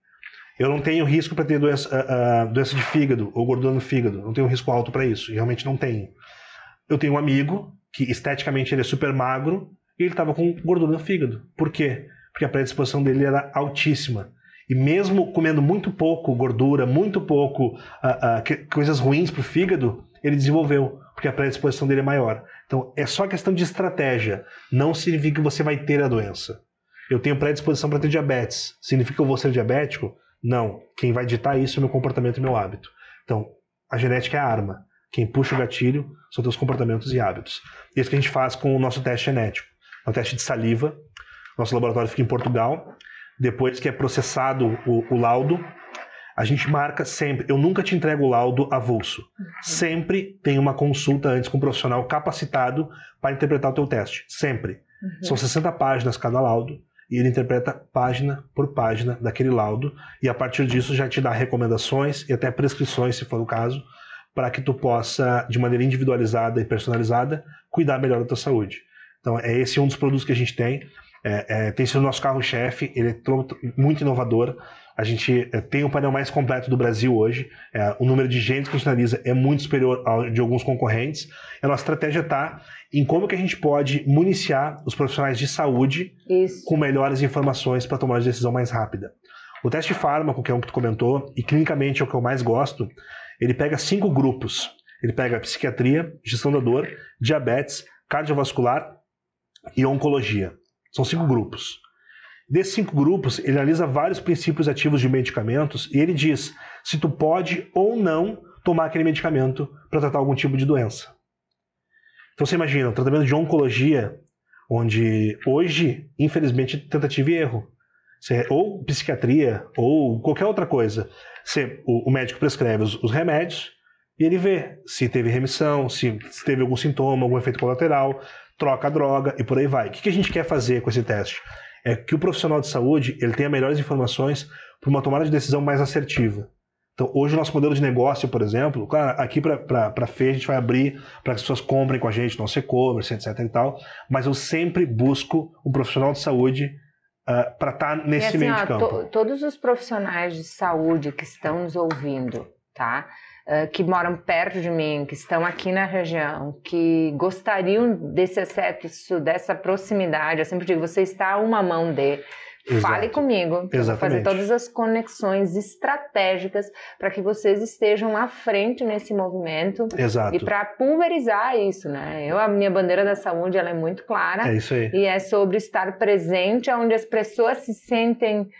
Eu não tenho risco para ter doença, uh, uh, doença de fígado ou gordura no fígado. Não tenho risco alto para isso. Realmente não tenho. Eu tenho um amigo que esteticamente ele é super magro e ele estava com gordura no fígado. Por quê? Porque a predisposição dele era altíssima. E mesmo comendo muito pouco gordura, muito pouco uh, uh, que, coisas ruins para o fígado, ele desenvolveu, porque a predisposição dele é maior. Então é só questão de estratégia. Não significa que você vai ter a doença. Eu tenho predisposição para ter diabetes. Significa que eu vou ser diabético? Não. Quem vai ditar isso é o meu comportamento e meu hábito. Então, a genética é a arma. Quem puxa o gatilho são teus comportamentos e hábitos. Isso que a gente faz com o nosso teste genético. É um teste de saliva. Nosso laboratório fica em Portugal. Depois que é processado o, o laudo, a gente marca sempre. Eu nunca te entrego o laudo avulso. Sempre tem uma consulta antes com um profissional capacitado para interpretar o teu teste. Sempre. Uhum. São sessenta páginas cada laudo. E ele interpreta página por página daquele laudo e a partir disso já te dá recomendações e até prescrições, se for o caso, para que tu possa, de maneira individualizada e personalizada, cuidar melhor da tua saúde. Então, é esse um dos produtos que a gente tem. É, é, tem sido o nosso carro-chefe, ele é muito inovador. A gente é, tem o painel mais completo do Brasil hoje. É, o número de genes que a gente analisa é muito superior ao de alguns concorrentes. A nossa estratégia está em como que a gente pode municiar os profissionais de saúde Isso. com melhores informações para tomar uma decisão mais rápida. O teste fármaco, que é um que tu comentou, e clinicamente é o que eu mais gosto, ele pega cinco grupos. Ele pega psiquiatria, gestão da dor, diabetes, cardiovascular e oncologia. São cinco grupos. Desses cinco grupos, ele analisa vários princípios ativos de medicamentos e ele diz se tu pode ou não tomar aquele medicamento para tratar algum tipo de doença. Então você imagina, um tratamento de oncologia, onde hoje, infelizmente, tentativa e erro. Você, ou psiquiatria, ou qualquer outra coisa. Você, o, o médico prescreve os, os remédios e ele vê se teve remissão, se, se teve algum sintoma, algum efeito colateral, troca a droga e por aí vai. O que, que a gente quer fazer com esse teste? É que o profissional de saúde ele tenha melhores informações para uma tomada de decisão mais assertiva. Então, hoje o nosso modelo de negócio, por exemplo, claro, aqui para a Fê a gente vai abrir para que as pessoas comprem com a gente, nosso e-commerce, etc e tal, mas eu sempre busco um profissional de saúde uh, para estar tá nesse assim, meio ó, de campo. To, todos os profissionais de saúde que estão nos ouvindo, tá? Uh, que moram perto de mim, que estão aqui na região, que gostariam desse acesso, dessa proximidade, eu sempre digo, você está a uma mão de... Exato. Fale comigo, eu vou fazer todas as conexões estratégicas para que vocês estejam à frente nesse movimento. Exato. E para pulverizar isso, né? Eu, a minha bandeira da saúde ela é muito clara. É isso aí. E é sobre estar presente onde as pessoas se sentem uh,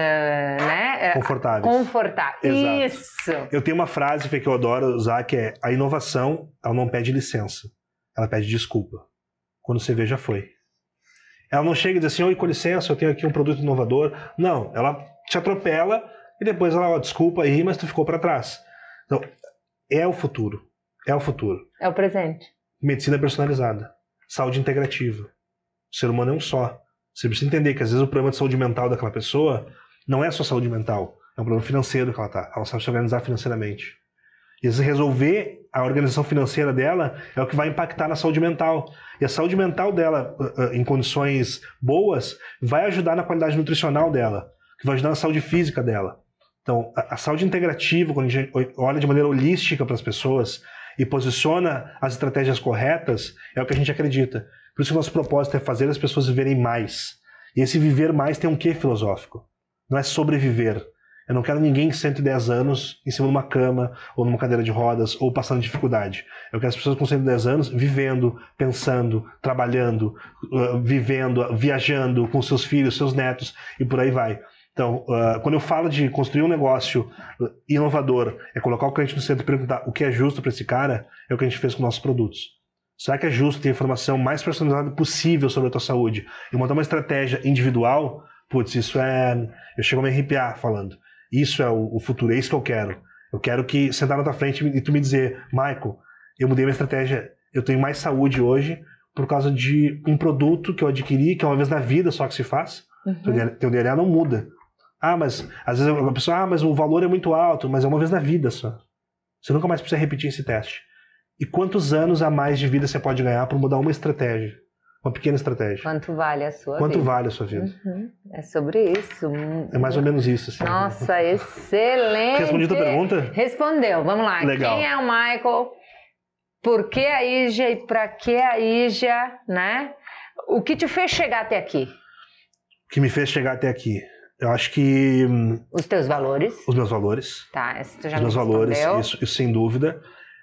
né? confortáveis. Confortáveis. Isso. Eu tenho uma frase que eu adoro usar que é: a inovação ela não pede licença, ela pede desculpa. Quando você vê, já foi. Ela não chega e diz assim, oi, com licença, eu tenho aqui um produto inovador. Não, ela te atropela e depois ela, ó, desculpa aí, mas tu ficou para trás. Então, é o futuro. É o futuro. É o presente. Medicina personalizada. Saúde integrativa. O ser humano é um só. Você precisa entender que às vezes o problema de saúde mental daquela pessoa não é só saúde mental. É um problema financeiro que ela tá. Ela sabe se organizar financeiramente. E às vezes resolver a organização financeira dela é o que vai impactar na saúde mental. E a saúde mental dela, em condições boas, vai ajudar na qualidade nutricional dela, que vai ajudar na saúde física dela. Então, a, a saúde integrativa, quando a gente olha de maneira holística para as pessoas e posiciona as estratégias corretas, é o que a gente acredita. Por isso que o nosso propósito é fazer as pessoas viverem mais. E esse viver mais tem um quê filosófico? Não é sobreviver. Eu não quero ninguém de cento e dez anos em cima de uma cama ou numa cadeira de rodas ou passando dificuldade. Eu quero as pessoas com cento e dez anos vivendo, pensando, trabalhando, uh, vivendo, viajando com seus filhos, seus netos e por aí vai. Então, uh, quando eu falo de construir um negócio inovador, é colocar o cliente no centro e perguntar o que é justo para esse cara, é o que a gente fez com nossos produtos. Será que é justo ter a informação mais personalizada possível sobre a tua saúde e montar uma estratégia individual? Putz, isso é... Eu chego a me arrepiar falando. Isso é o futuro, é isso que eu quero. Eu quero que sentar na tua frente e tu me dizer, Michael, eu mudei minha estratégia, eu tenho mais saúde hoje por causa de um produto que eu adquiri, que é uma vez na vida só que se faz. Uhum. Teu D N A não muda. Ah, mas às vezes a pessoa, ah, mas o valor é muito alto, mas é uma vez na vida só. Você nunca mais precisa repetir esse teste. E quantos anos a mais de vida você pode ganhar por mudar uma estratégia? Uma pequena estratégia. Quanto vale a sua Quanto vida? Quanto vale a sua vida? Uhum. É sobre isso. É mais ou menos isso. Assim. Nossa, excelente. Respondi a tua pergunta? Respondeu. Vamos lá. Legal. Quem é o Michael? Por que a I J A e para que a I J A, né? O que te fez chegar até aqui? O que me fez chegar até aqui? Eu acho que... Os teus valores. Os meus valores. Tá, esse tu já Os meus valores, isso, isso sem dúvida.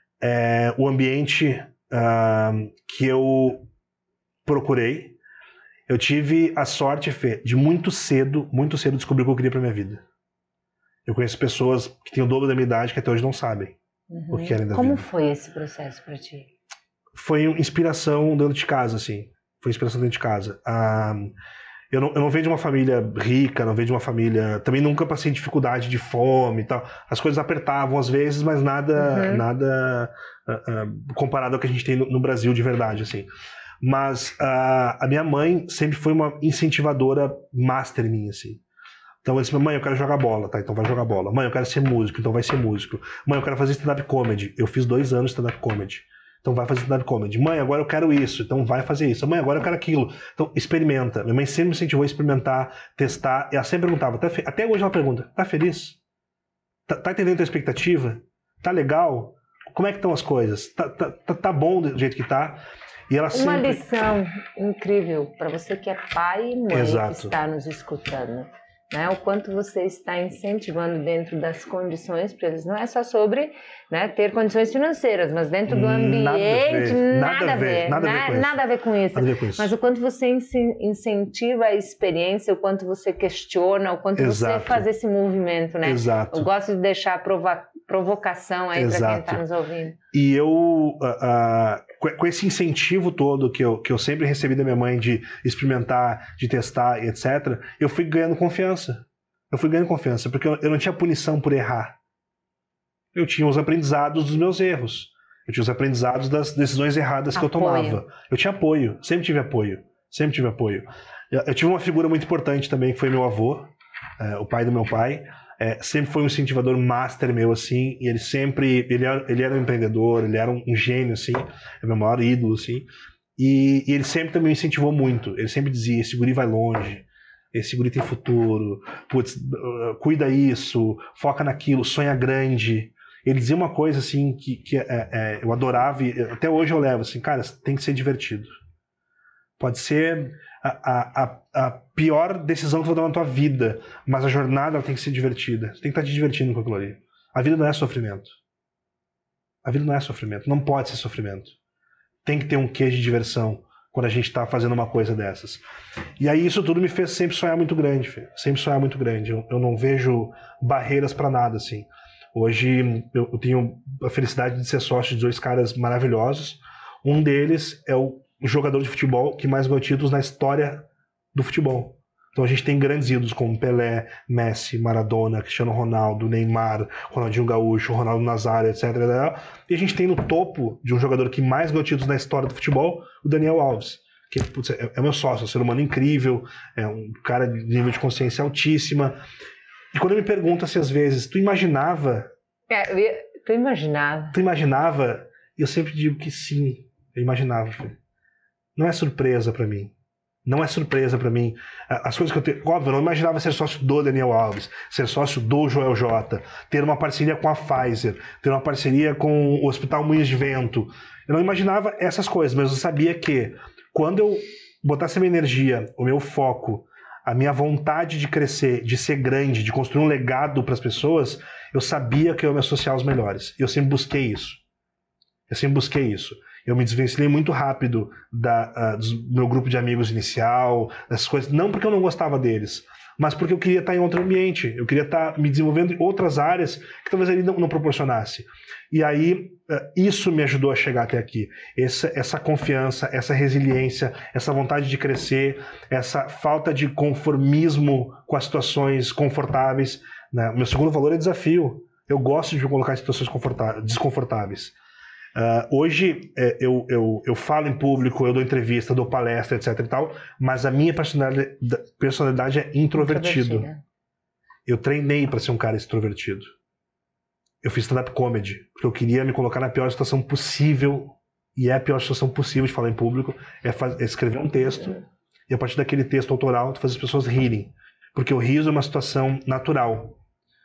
É, o ambiente uh, que eu procurei. Eu tive a sorte, Fê, de muito cedo, muito cedo descobrir o que eu queria pra minha vida. Eu conheço pessoas que têm o dobro da minha idade que até hoje não sabem uhum. o que querem da Como vida. Como foi esse processo pra ti? Foi inspiração dentro de casa, assim. Foi inspiração dentro de casa. Uh, eu, não, eu não venho de uma família rica, não venho de uma família... Também nunca passei dificuldade de fome e tal. As coisas apertavam às vezes, mas nada, uhum. nada uh, uh, comparado ao que a gente tem no, no Brasil de verdade, assim. Mas uh, a minha mãe sempre foi uma incentivadora master minha, assim. Então eu disse, mãe, eu quero jogar bola, tá? Então vai jogar bola. Mãe, eu quero ser músico, então vai ser músico. Mãe, eu quero fazer stand-up comedy. Eu fiz dois anos de stand-up comedy. Então vai fazer stand-up comedy. Mãe, agora eu quero isso, então vai fazer isso. Mãe, agora eu quero aquilo. Então experimenta. Minha mãe sempre me incentivou a experimentar, testar. E ela sempre perguntava, tá fe... até hoje ela pergunta, tá feliz? Tá, tá entendendo a tua expectativa? Tá legal? Como é que estão as coisas? Tá, tá, tá, tá bom do jeito que tá? E ela Uma sempre... lição incrível para você que é pai e mãe Exato. que está nos escutando. Né? O quanto você está incentivando dentro das condições para eles. Não é só sobre, né, ter condições financeiras, mas dentro do ambiente, nada a ver. Nada a ver, nada a ver com isso. Nada a ver com isso. Mas o quanto você incentiva a experiência, o quanto você questiona, o quanto Exato. você faz esse movimento. Né? Exato. Eu gosto de deixar provar provocação aí para quem está nos ouvindo. E eu, uh, uh, com esse incentivo todo que eu, que eu sempre recebi da minha mãe de experimentar, de testar, etcétera, eu fui ganhando confiança. Eu fui ganhando confiança, porque eu, eu não tinha punição por errar. Eu tinha os aprendizados dos meus erros. Eu tinha os aprendizados das decisões erradas que apoio. eu tomava. Eu tinha apoio, sempre tive apoio. Sempre tive apoio. Eu, eu tive uma figura muito importante também, que foi meu avô, uh, o pai do meu pai. É, sempre foi um incentivador master meu, assim, e ele sempre, ele era, ele era um empreendedor, ele era um, um gênio, assim, é meu maior ídolo, assim, e, e ele sempre também me incentivou muito, ele sempre dizia, esse guri vai longe, esse guri tem futuro, putz, uh, cuida isso, foca naquilo, sonha grande. Ele dizia uma coisa, assim, que, que é, é, eu adorava, e até hoje eu levo, assim, cara, tem que ser divertido. Pode ser a, a, a pior decisão que você vai tomar na tua vida, mas a jornada ela tem que ser divertida. Você tem que estar te divertindo com aquilo ali. A vida não é sofrimento. A vida não é sofrimento. Não pode ser sofrimento. Tem que ter um quê de diversão quando a gente está fazendo uma coisa dessas. E aí isso tudo me fez sempre sonhar muito grande, filho. Sempre sonhar muito grande. Eu, eu não vejo barreiras para nada, assim. Hoje eu, eu tenho a felicidade de ser sócio de dois caras maravilhosos. Um deles é o o jogador de futebol que mais ganhou títulos na história do futebol. Então a gente tem grandes ídolos como Pelé, Messi, Maradona, Cristiano Ronaldo, Neymar, Ronaldinho Gaúcho, Ronaldo Nazário, etcétera. E a gente tem no topo de um jogador que mais ganhou títulos na história do futebol, o Daniel Alves, que putz, é, é meu sócio, é um ser humano incrível, é um cara de nível de consciência altíssima. E quando ele me pergunta se às vezes, tu imaginava... É, tu imaginava? Tu imaginava? E eu sempre digo que sim, eu imaginava, filho. Não é surpresa pra mim. Não é surpresa pra mim. As coisas que eu tenho... Óbvio, eu não imaginava ser sócio do Daniel Alves, ser sócio do Joel J, ter uma parceria com a Pfizer, ter uma parceria com o Hospital Moinhos de Vento. Eu não imaginava essas coisas, mas eu sabia que quando eu botasse a minha energia, o meu foco, a minha vontade de crescer, de ser grande, de construir um legado para as pessoas, eu sabia que eu ia me associar aos melhores. Eu sempre busquei isso. Eu sempre busquei isso. Eu me desvencilhei muito rápido da, uh, do meu grupo de amigos inicial, dessas coisas. Não porque eu não gostava deles, mas porque eu queria estar em outro ambiente. Eu queria estar me desenvolvendo em outras áreas que talvez ele não, não proporcionasse. E aí, uh, isso me ajudou a chegar até aqui. Essa, essa confiança, essa resiliência, essa vontade de crescer, essa falta de conformismo com as situações confortáveis. Né? O meu segundo valor é desafio. Eu gosto de me colocar em situações desconfortáveis. Uh, hoje é, eu, eu, eu falo em público, eu dou entrevista, dou palestra, etc e tal, mas a minha personalidade, personalidade é introvertido. Introvertida. Eu treinei para ser um cara extrovertido. Eu fiz stand-up comedy, porque eu queria me colocar na pior situação possível, e é a pior situação possível de falar em público, é, faz, é escrever um texto, e a partir daquele texto autoral, tu faz as pessoas rirem. Porque o riso é uma situação natural,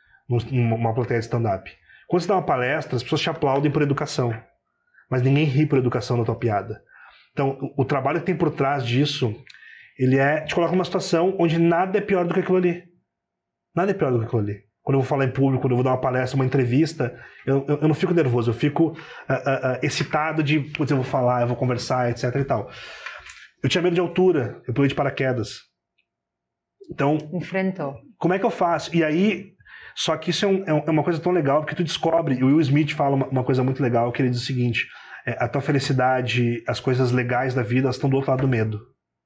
numa plateia de stand-up. Quando você dá uma palestra, as pessoas te aplaudem por educação. Mas ninguém ri por educação da tua piada. Então, o, o trabalho que tem por trás disso, ele é, te coloca numa situação onde nada é pior do que aquilo ali. Nada é pior do que aquilo ali. Quando eu vou falar em público, quando eu vou dar uma palestra, uma entrevista, eu, eu, eu não fico nervoso, eu fico uh, uh, uh, excitado de, putz, eu vou falar, eu vou conversar, etc e tal. Eu tinha medo de altura, eu pulei de paraquedas. Então, enfrentou. Como é que eu faço? E aí, só que isso é, um, é uma coisa tão legal, porque tu descobre, e o Will Smith fala uma, uma coisa muito legal, que ele diz o seguinte, é, a tua felicidade, as coisas legais da vida, elas estão do outro lado do medo.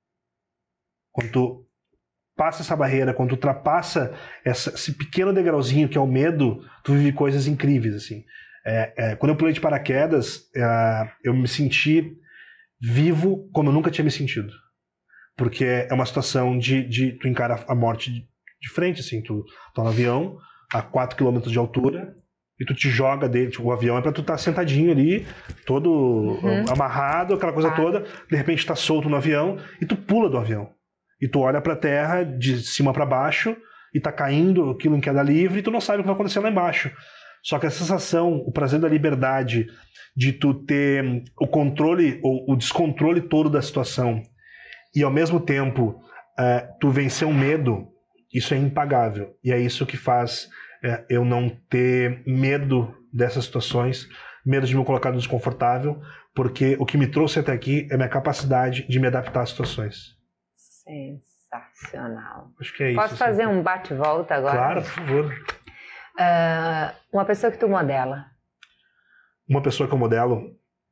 Quando tu passa essa barreira, quando tu ultrapassa essa, esse pequeno degrauzinho que é o medo, tu vive coisas incríveis, assim. É, é, quando eu pulei de paraquedas, é, eu me senti vivo como eu nunca tinha me sentido. Porque é uma situação de, de tu encara a morte de, de frente, assim, tu tá no avião a quatro quilômetros de altura e tu te joga dele, tipo, o avião é pra tu estar tá sentadinho ali, todo uhum. amarrado, aquela coisa ah. toda, de repente tá solto no avião e tu pula do avião. E tu olha pra terra de cima pra baixo e tá caindo aquilo em queda livre e tu não sabe o que vai acontecer lá embaixo. Só que a sensação, o prazer da liberdade, de tu ter o controle ou o descontrole todo da situação e ao mesmo tempo uh, tu vencer o medo, isso é impagável. E é isso que faz uh, eu não ter medo dessas situações, medo de me colocar no desconfortável, porque o que me trouxe até aqui é a minha capacidade de me adaptar às situações. Sensacional. Acho que é isso. Posso fazer assim. um bate-volta agora? Claro, por favor. Uh, uma pessoa que tu modela. Uma pessoa que eu modelo...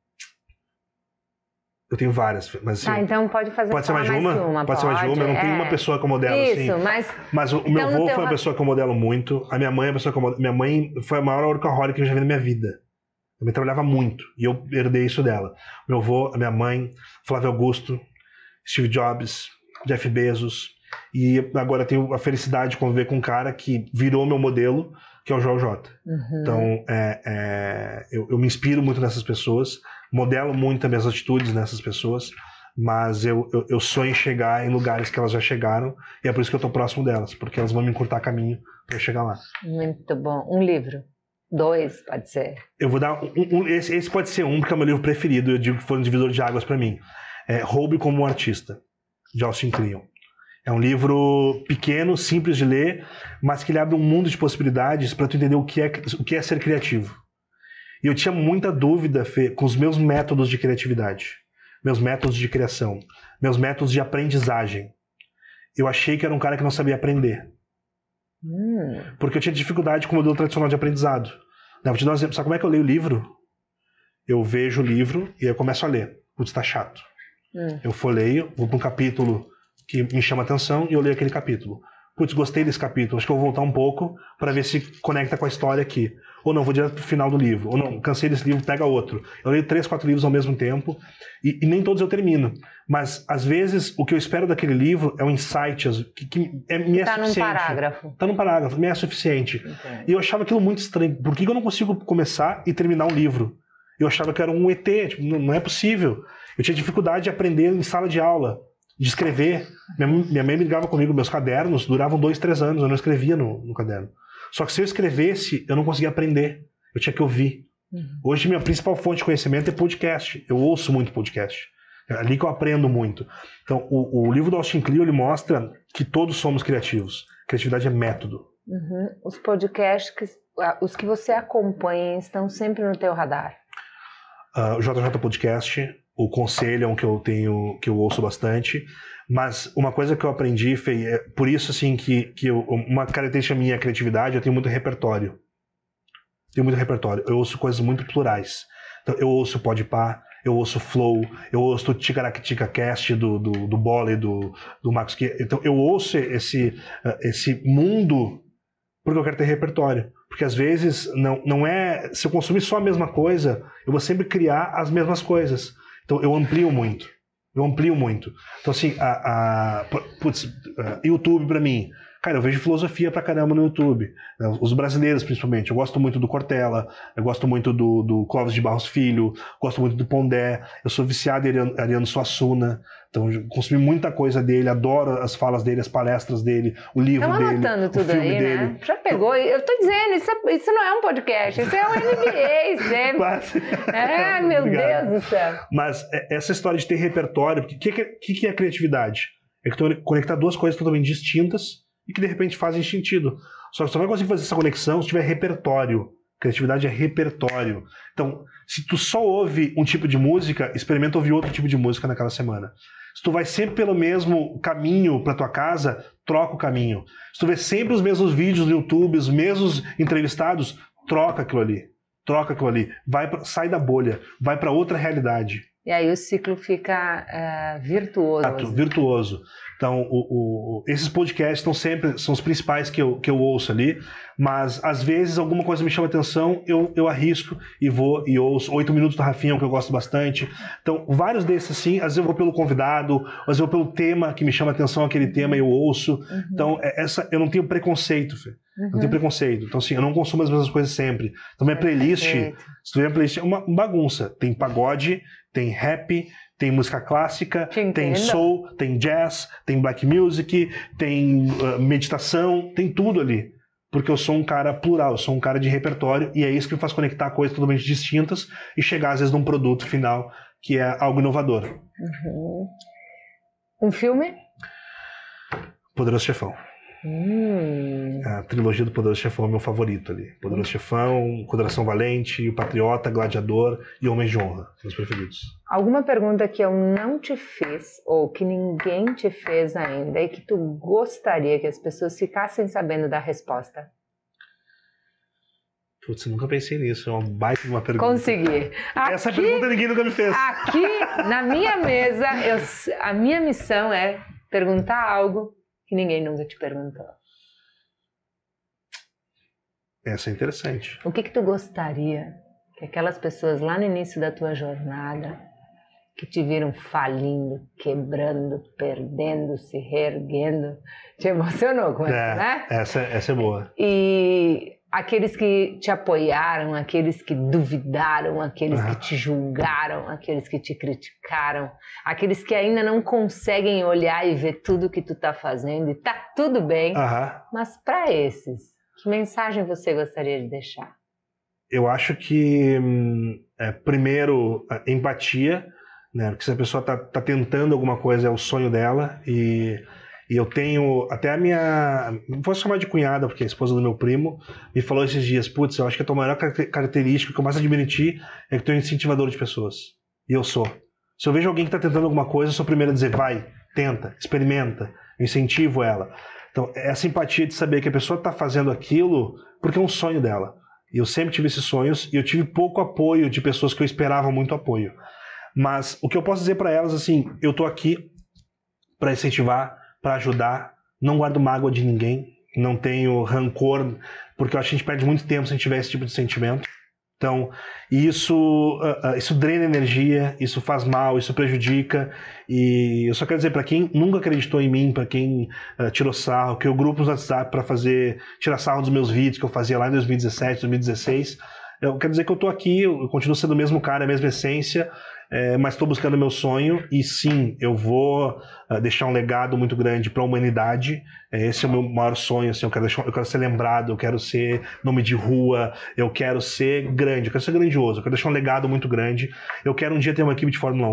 Eu tenho várias, mas assim, ah, então pode fazer pode ser mais de mais uma? uma? Pode, pode ser mais de uma? Eu não é... tenho uma pessoa que eu modelo Isso, assim. mas... Mas o então, meu avô foi uma pessoa que eu modelo muito. A minha mãe é uma pessoa que eu modelo. Minha mãe foi a maior workaholic que eu já vi na minha vida. Minha mãe trabalhava muito e eu herdei isso dela. Meu avô, a minha mãe, Flávio Augusto, Steve Jobs, Jeff Bezos. E agora eu tenho a felicidade de conviver com um cara que virou meu modelo, que é o Joel J. Uhum. Então, é, é, eu, eu me inspiro muito nessas pessoas, modelo muito as minhas atitudes nessas pessoas, mas eu, eu, eu sonho em chegar em lugares que elas já chegaram, e é por isso que eu estou próximo delas, porque elas vão me encurtar caminho para eu chegar lá. Muito bom. Um livro? Dois, pode ser? Eu vou dar... Um, um, esse, esse pode ser um, porque é o meu livro preferido, eu digo que foi um divisor de águas para mim. É Roube como um Artista, de Austin Kleon. É um livro pequeno, simples de ler, mas que ele abre um mundo de possibilidades para tu entender o que, é, o que é ser criativo. E eu tinha muita dúvida, Fê, com os meus métodos de criatividade, meus métodos de criação, meus métodos de aprendizagem. Eu achei que era um cara que não sabia aprender. Hum. Porque eu tinha dificuldade com o modelo tradicional de aprendizado. Vou te dar um exemplo. Sabe como é que eu leio o livro? Eu vejo o livro e eu começo a ler. Putz, tá chato. Hum. Eu folheio, vou para um capítulo que me chama a atenção e eu leio aquele capítulo. Putz, gostei desse capítulo, acho que eu vou voltar um pouco para ver se conecta com a história aqui. Ou não, vou direto pro final do livro. Ou não, cansei desse livro, pega outro. Eu leio três, quatro livros ao mesmo tempo e, e nem todos eu termino. Mas, às vezes, o que eu espero daquele livro é um insight que, que é, me é tá suficiente. Tá num parágrafo. Tá num parágrafo, me é suficiente. Entendi. E eu achava aquilo muito estranho. Por que eu não consigo começar e terminar um livro? Eu achava que era um E T, tipo, não, não é possível. Eu tinha dificuldade de aprender em sala de aula, de escrever. Minha, minha mãe me ligava comigo, meus cadernos duravam dois, três anos, eu não escrevia no, no caderno. Só que se eu escrevesse, eu não conseguia aprender. Eu tinha que ouvir. Uhum. Hoje, minha principal fonte de conhecimento é podcast. Eu ouço muito podcast. É ali que eu aprendo muito. Então, o, o livro do Austin Kleon, ele mostra que todos somos criativos. Criatividade é método. Uhum. Os podcasts, que, os que você acompanha, estão sempre no teu radar? Uh, o J J Podcast, o Conselho é um que eu tenho, que eu ouço bastante. Mas uma coisa que eu aprendi, Fê, é por isso assim que, que eu, uma característica minha é a criatividade, eu tenho muito repertório. Tenho muito repertório. Eu ouço coisas muito plurais. Então, eu ouço Podpah, eu ouço Flow, eu ouço o Ticaracatica Cast do, do, do Bola e do, do Marcos. Então, eu ouço esse, esse mundo porque eu quero ter repertório. Porque às vezes não, não é. Se eu consumir só a mesma coisa, eu vou sempre criar as mesmas coisas. Então, eu amplio muito. Eu amplio muito. Então, assim, a, a, putz, a YouTube pra mim. Cara, eu vejo filosofia pra caramba no YouTube. Os brasileiros, principalmente. Eu gosto muito do Cortella, eu gosto muito do, do Clóvis de Barros Filho, gosto muito do Pondé. Eu sou viciado em Ariano, Ariano Suassuna. Então, eu consumi muita coisa dele, adoro as falas dele, as palestras dele, o livro Estamos dele, anotando tudo o filme aí, dele. né? Já pegou. Eu tô dizendo, isso, é, isso não é um podcast, isso é um N B A sempre. Quase. É, meu Obrigado. Deus do céu. Mas essa história de ter repertório, porque o que, que, que é criatividade? É que tu conectar duas coisas totalmente distintas e que de repente fazem sentido. Só que você vai conseguir fazer essa conexão se tiver repertório. Criatividade é repertório. Então, se tu só ouve um tipo de música, experimenta ouvir outro tipo de música naquela semana. Se tu vai sempre pelo mesmo caminho para tua casa, troca o caminho. Se tu vê sempre os mesmos vídeos no YouTube, os mesmos entrevistados, troca aquilo ali. Troca aquilo ali. Vai pra, sai da bolha. Vai para outra realidade. E aí o ciclo fica uh, virtuoso. Exato, virtuoso. Então, o, o, esses podcasts estão sempre, são os principais que eu, que eu ouço ali, mas às vezes alguma coisa me chama atenção, eu, eu arrisco e vou e ouço. Oito Minutos do Rafinha, que eu gosto bastante. Então, vários desses assim, às vezes eu vou pelo convidado, às vezes eu vou pelo tema que me chama atenção, aquele tema eu ouço. Uhum. Então, essa, eu não tenho preconceito, Fê. Uhum. Não tenho preconceito. Então, assim, eu não consumo as mesmas coisas sempre. Então, minha playlist, se tu ver a playlist, é uma bagunça. Tem pagode, tem rap, tem música clássica, tem soul, tem jazz, tem black music, tem uh, meditação, tem tudo ali. Porque eu sou um cara plural, eu sou um cara de repertório e é isso que me faz conectar coisas totalmente distintas e chegar às vezes num produto final que é algo inovador. Uhum. Um filme? Poderoso Chefão. Hum. A trilogia do Poderoso Chefão é meu favorito ali. Poderoso hum. Chefão, Coração Valente, O Patriota, Gladiador e Homens de Honra, meus preferidos. Alguma pergunta que eu não te fiz ou que ninguém te fez ainda e que tu gostaria que as pessoas ficassem sabendo da resposta? Putz, eu nunca pensei nisso, é uma baita de uma pergunta. Consegui. Aqui, Essa pergunta ninguém nunca me fez. Aqui, na minha mesa, eu, a minha missão é perguntar algo que ninguém nunca te perguntou. Essa é interessante. O que que tu gostaria que aquelas pessoas lá no início da tua jornada, que te viram falindo, quebrando, perdendo, se reerguendo, te emocionou com é, essa, né? Essa, essa é boa. E aqueles que te apoiaram, aqueles que duvidaram, aqueles uhum. que te julgaram, aqueles que te criticaram, aqueles que ainda não conseguem olhar e ver tudo que tu tá fazendo e tá tudo bem, uhum. mas para esses, que mensagem você gostaria de deixar? Eu acho que, é, primeiro, empatia, né? Porque se a pessoa tá, tá tentando alguma coisa, é o sonho dela e... E eu tenho, até a minha, não posso chamar de cunhada, porque é a esposa do meu primo, me falou esses dias, putz, eu acho que a tua maior característica, que eu mais admiro em ti, é que tu é um incentivador de pessoas. E eu sou. Se eu vejo alguém que está tentando alguma coisa, eu sou o primeiro a dizer, vai, tenta, experimenta, eu incentivo ela. Então, é a simpatia de saber que a pessoa está fazendo aquilo porque é um sonho dela. E eu sempre tive esses sonhos, e eu tive pouco apoio de pessoas que eu esperava muito apoio. Mas o que eu posso dizer para elas, assim, eu estou aqui para incentivar, para ajudar, não guardo mágoa de ninguém, não tenho rancor, porque eu acho que a gente perde muito tempo se a gente tiver esse tipo de sentimento. Então, isso, uh, uh, isso drena energia, isso faz mal, isso prejudica, e eu só quero dizer para quem nunca acreditou em mim, para quem uh, tirou sarro, que eu grupo no WhatsApp para fazer, tirar sarro dos meus vídeos que eu fazia lá em dois mil e dezessete, dois mil e dezesseis, eu quero dizer que eu tô aqui, eu continuo sendo o mesmo cara, a mesma essência, é, mas estou buscando o meu sonho e sim, eu vou uh, deixar um legado muito grande para a humanidade. É, esse é o meu maior sonho, assim, eu, quero deixar, eu quero ser lembrado, eu quero ser nome de rua, eu quero ser grande, eu quero ser grandioso, eu quero deixar um legado muito grande. Eu quero um dia ter uma equipe de Fórmula um,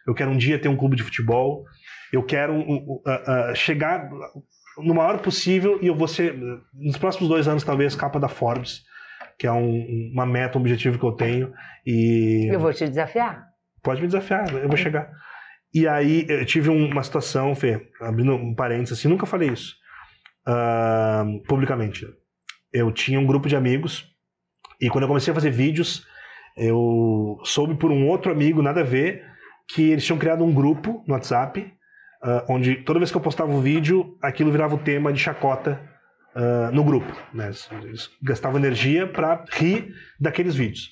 eu quero um dia ter um clube de futebol, eu quero um, um, uh, uh, chegar no maior possível e eu vou ser, nos próximos dois anos, talvez, capa da Forbes, que é um, uma meta, um objetivo que eu tenho. E eu vou te desafiar. Pode me desafiar, eu vou chegar. E aí eu tive uma situação, Fê, abrindo um parênteses, assim, nunca falei isso uh, publicamente. Eu tinha um grupo de amigos e quando eu comecei a fazer vídeos, eu soube por um outro amigo, nada a ver, que eles tinham criado um grupo no WhatsApp, uh, onde toda vez que eu postava um vídeo, aquilo virava o tema de chacota uh, no grupo. Né? Eles gastavam energia para rir daqueles vídeos.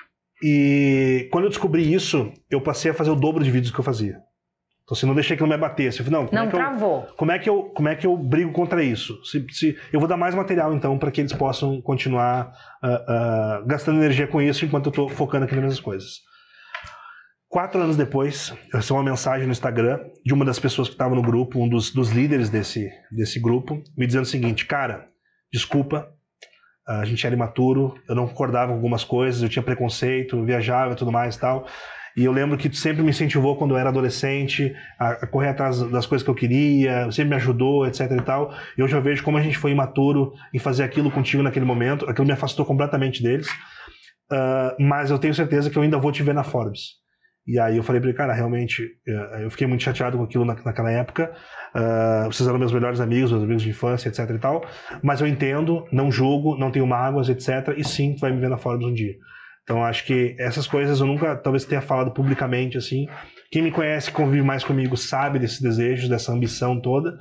E quando eu descobri isso, eu passei a fazer o dobro de vídeos que eu fazia. Então, assim, não deixei que não me abatesse. Eu falei, não, como não é que travou. Eu, como, é que eu, como é que eu brigo contra isso? Se, se, eu vou dar mais material, então, para que eles possam continuar uh, uh, gastando energia com isso enquanto eu estou focando aqui nas mesmas coisas. Quatro anos depois, eu recebi uma mensagem no Instagram de uma das pessoas que estava no grupo, um dos, dos líderes desse, desse grupo, me dizendo o seguinte, cara, desculpa, a gente era imaturo, eu não concordava com algumas coisas, eu tinha preconceito, viajava e tudo mais e tal. E eu lembro que tu sempre me incentivou quando eu era adolescente a, a correr atrás das coisas que eu queria, sempre me ajudou, etc e tal. E hoje eu vejo como a gente foi imaturo em fazer aquilo contigo naquele momento. Aquilo me afastou completamente deles. Uh, mas eu tenho certeza que eu ainda vou te ver na Forbes. E aí eu falei pra ele, cara, realmente, eu fiquei muito chateado com aquilo na, naquela época. Uh, vocês eram meus melhores amigos, meus amigos de infância, etc e tal. Mas eu entendo, não julgo, não tenho mágoas, etcétera. E sim, tu vai me ver na Forbes um dia. Então, acho que essas coisas eu nunca, talvez, tenha falado publicamente, assim. Quem me conhece, convive mais comigo, sabe desses desejos, dessa ambição toda.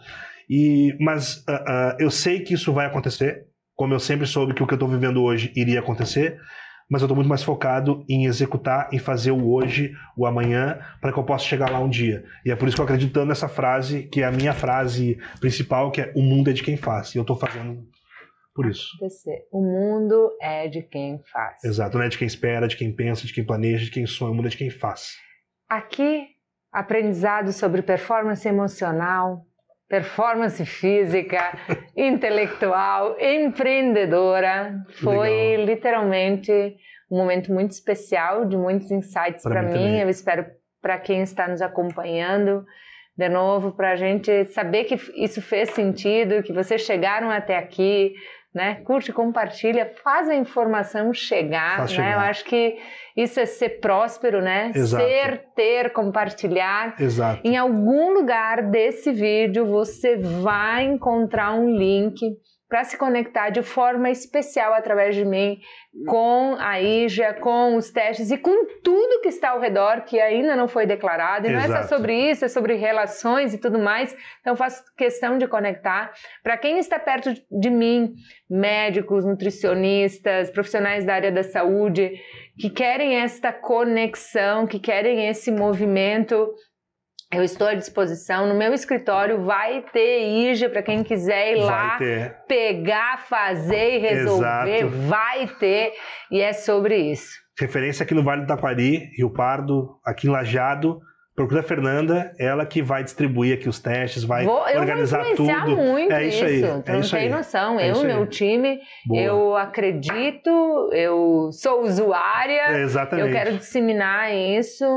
E, mas uh, uh, eu sei que isso vai acontecer, como eu sempre soube que o que eu estou vivendo hoje iria acontecer, mas eu estou muito mais focado em executar, em fazer o hoje, o amanhã, para que eu possa chegar lá um dia. E é por isso que eu acredito tanto nessa frase, que é a minha frase principal, que é o mundo é de quem faz. E eu estou fazendo... por isso. O mundo é de quem faz. Exato, não é de quem espera, de quem pensa, de quem planeja, de quem sonha, o mundo é de quem faz. Aqui, aprendizado sobre performance emocional, performance física, intelectual, empreendedora. Foi Legal. Literalmente um momento muito especial, de muitos insights para mim. mim. Eu espero para quem está nos acompanhando. De novo, para a gente saber que isso fez sentido, que vocês chegaram até aqui, né? Curte, compartilha, faz a informação chegar, faz né? chegar. Eu acho que isso é ser próspero, né? Exato. Ser, ter, compartilhar. Exato. Em algum lugar desse vídeo você vai encontrar um link para se conectar de forma especial através de mim com a Ígia, com os testes e com tudo que está ao redor que ainda não foi declarado. E não Exato. é só sobre isso, é sobre relações e tudo mais. Então faço questão de conectar. Para quem está perto de mim, médicos, nutricionistas, profissionais da área da saúde, que querem esta conexão, que querem esse movimento, eu estou à disposição. No meu escritório vai ter Ígia para quem quiser ir vai lá ter. pegar, fazer e resolver. Exato. Vai ter, e é sobre isso. Referência aqui no Vale do Taquari, Rio Pardo, aqui em Lajeado. Procura a Fernanda, ela que vai distribuir aqui os testes, vai vou, organizar tudo. Eu vou influenciar tudo. muito é isso. isso. Aí, tu é não isso tem aí. noção. É eu, meu aí. time, Boa. eu acredito, eu sou usuária, é, exatamente. eu quero disseminar isso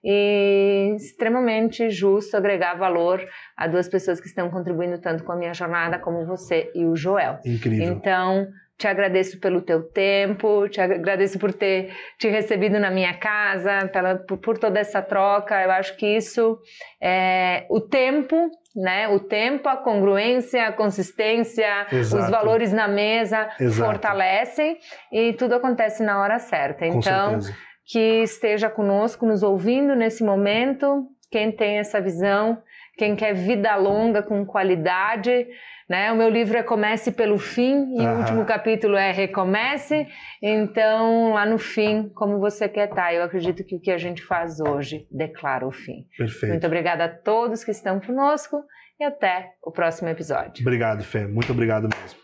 e extremamente justo agregar valor a duas pessoas que estão contribuindo tanto com a minha jornada como você e o Joel. Incrível. Então, te agradeço pelo teu tempo, te agradeço por ter te recebido na minha casa, pela, por, por toda essa troca. Eu acho que isso, é, o tempo, né? O tempo, a congruência, a consistência, Exato. Os valores na mesa Exato. fortalecem e tudo acontece na hora certa. Com Então, certeza. que esteja conosco, nos ouvindo nesse momento, quem tem essa visão, quem quer vida longa com qualidade, né? O meu livro é Comece pelo Fim e Aham. o último capítulo é Recomece. Então, lá no fim, como você quer estar? Eu acredito que o que a gente faz hoje declara o fim. Perfeito. Muito obrigada a todos que estão conosco e até o próximo episódio. Obrigado, Fê. Muito obrigado mesmo.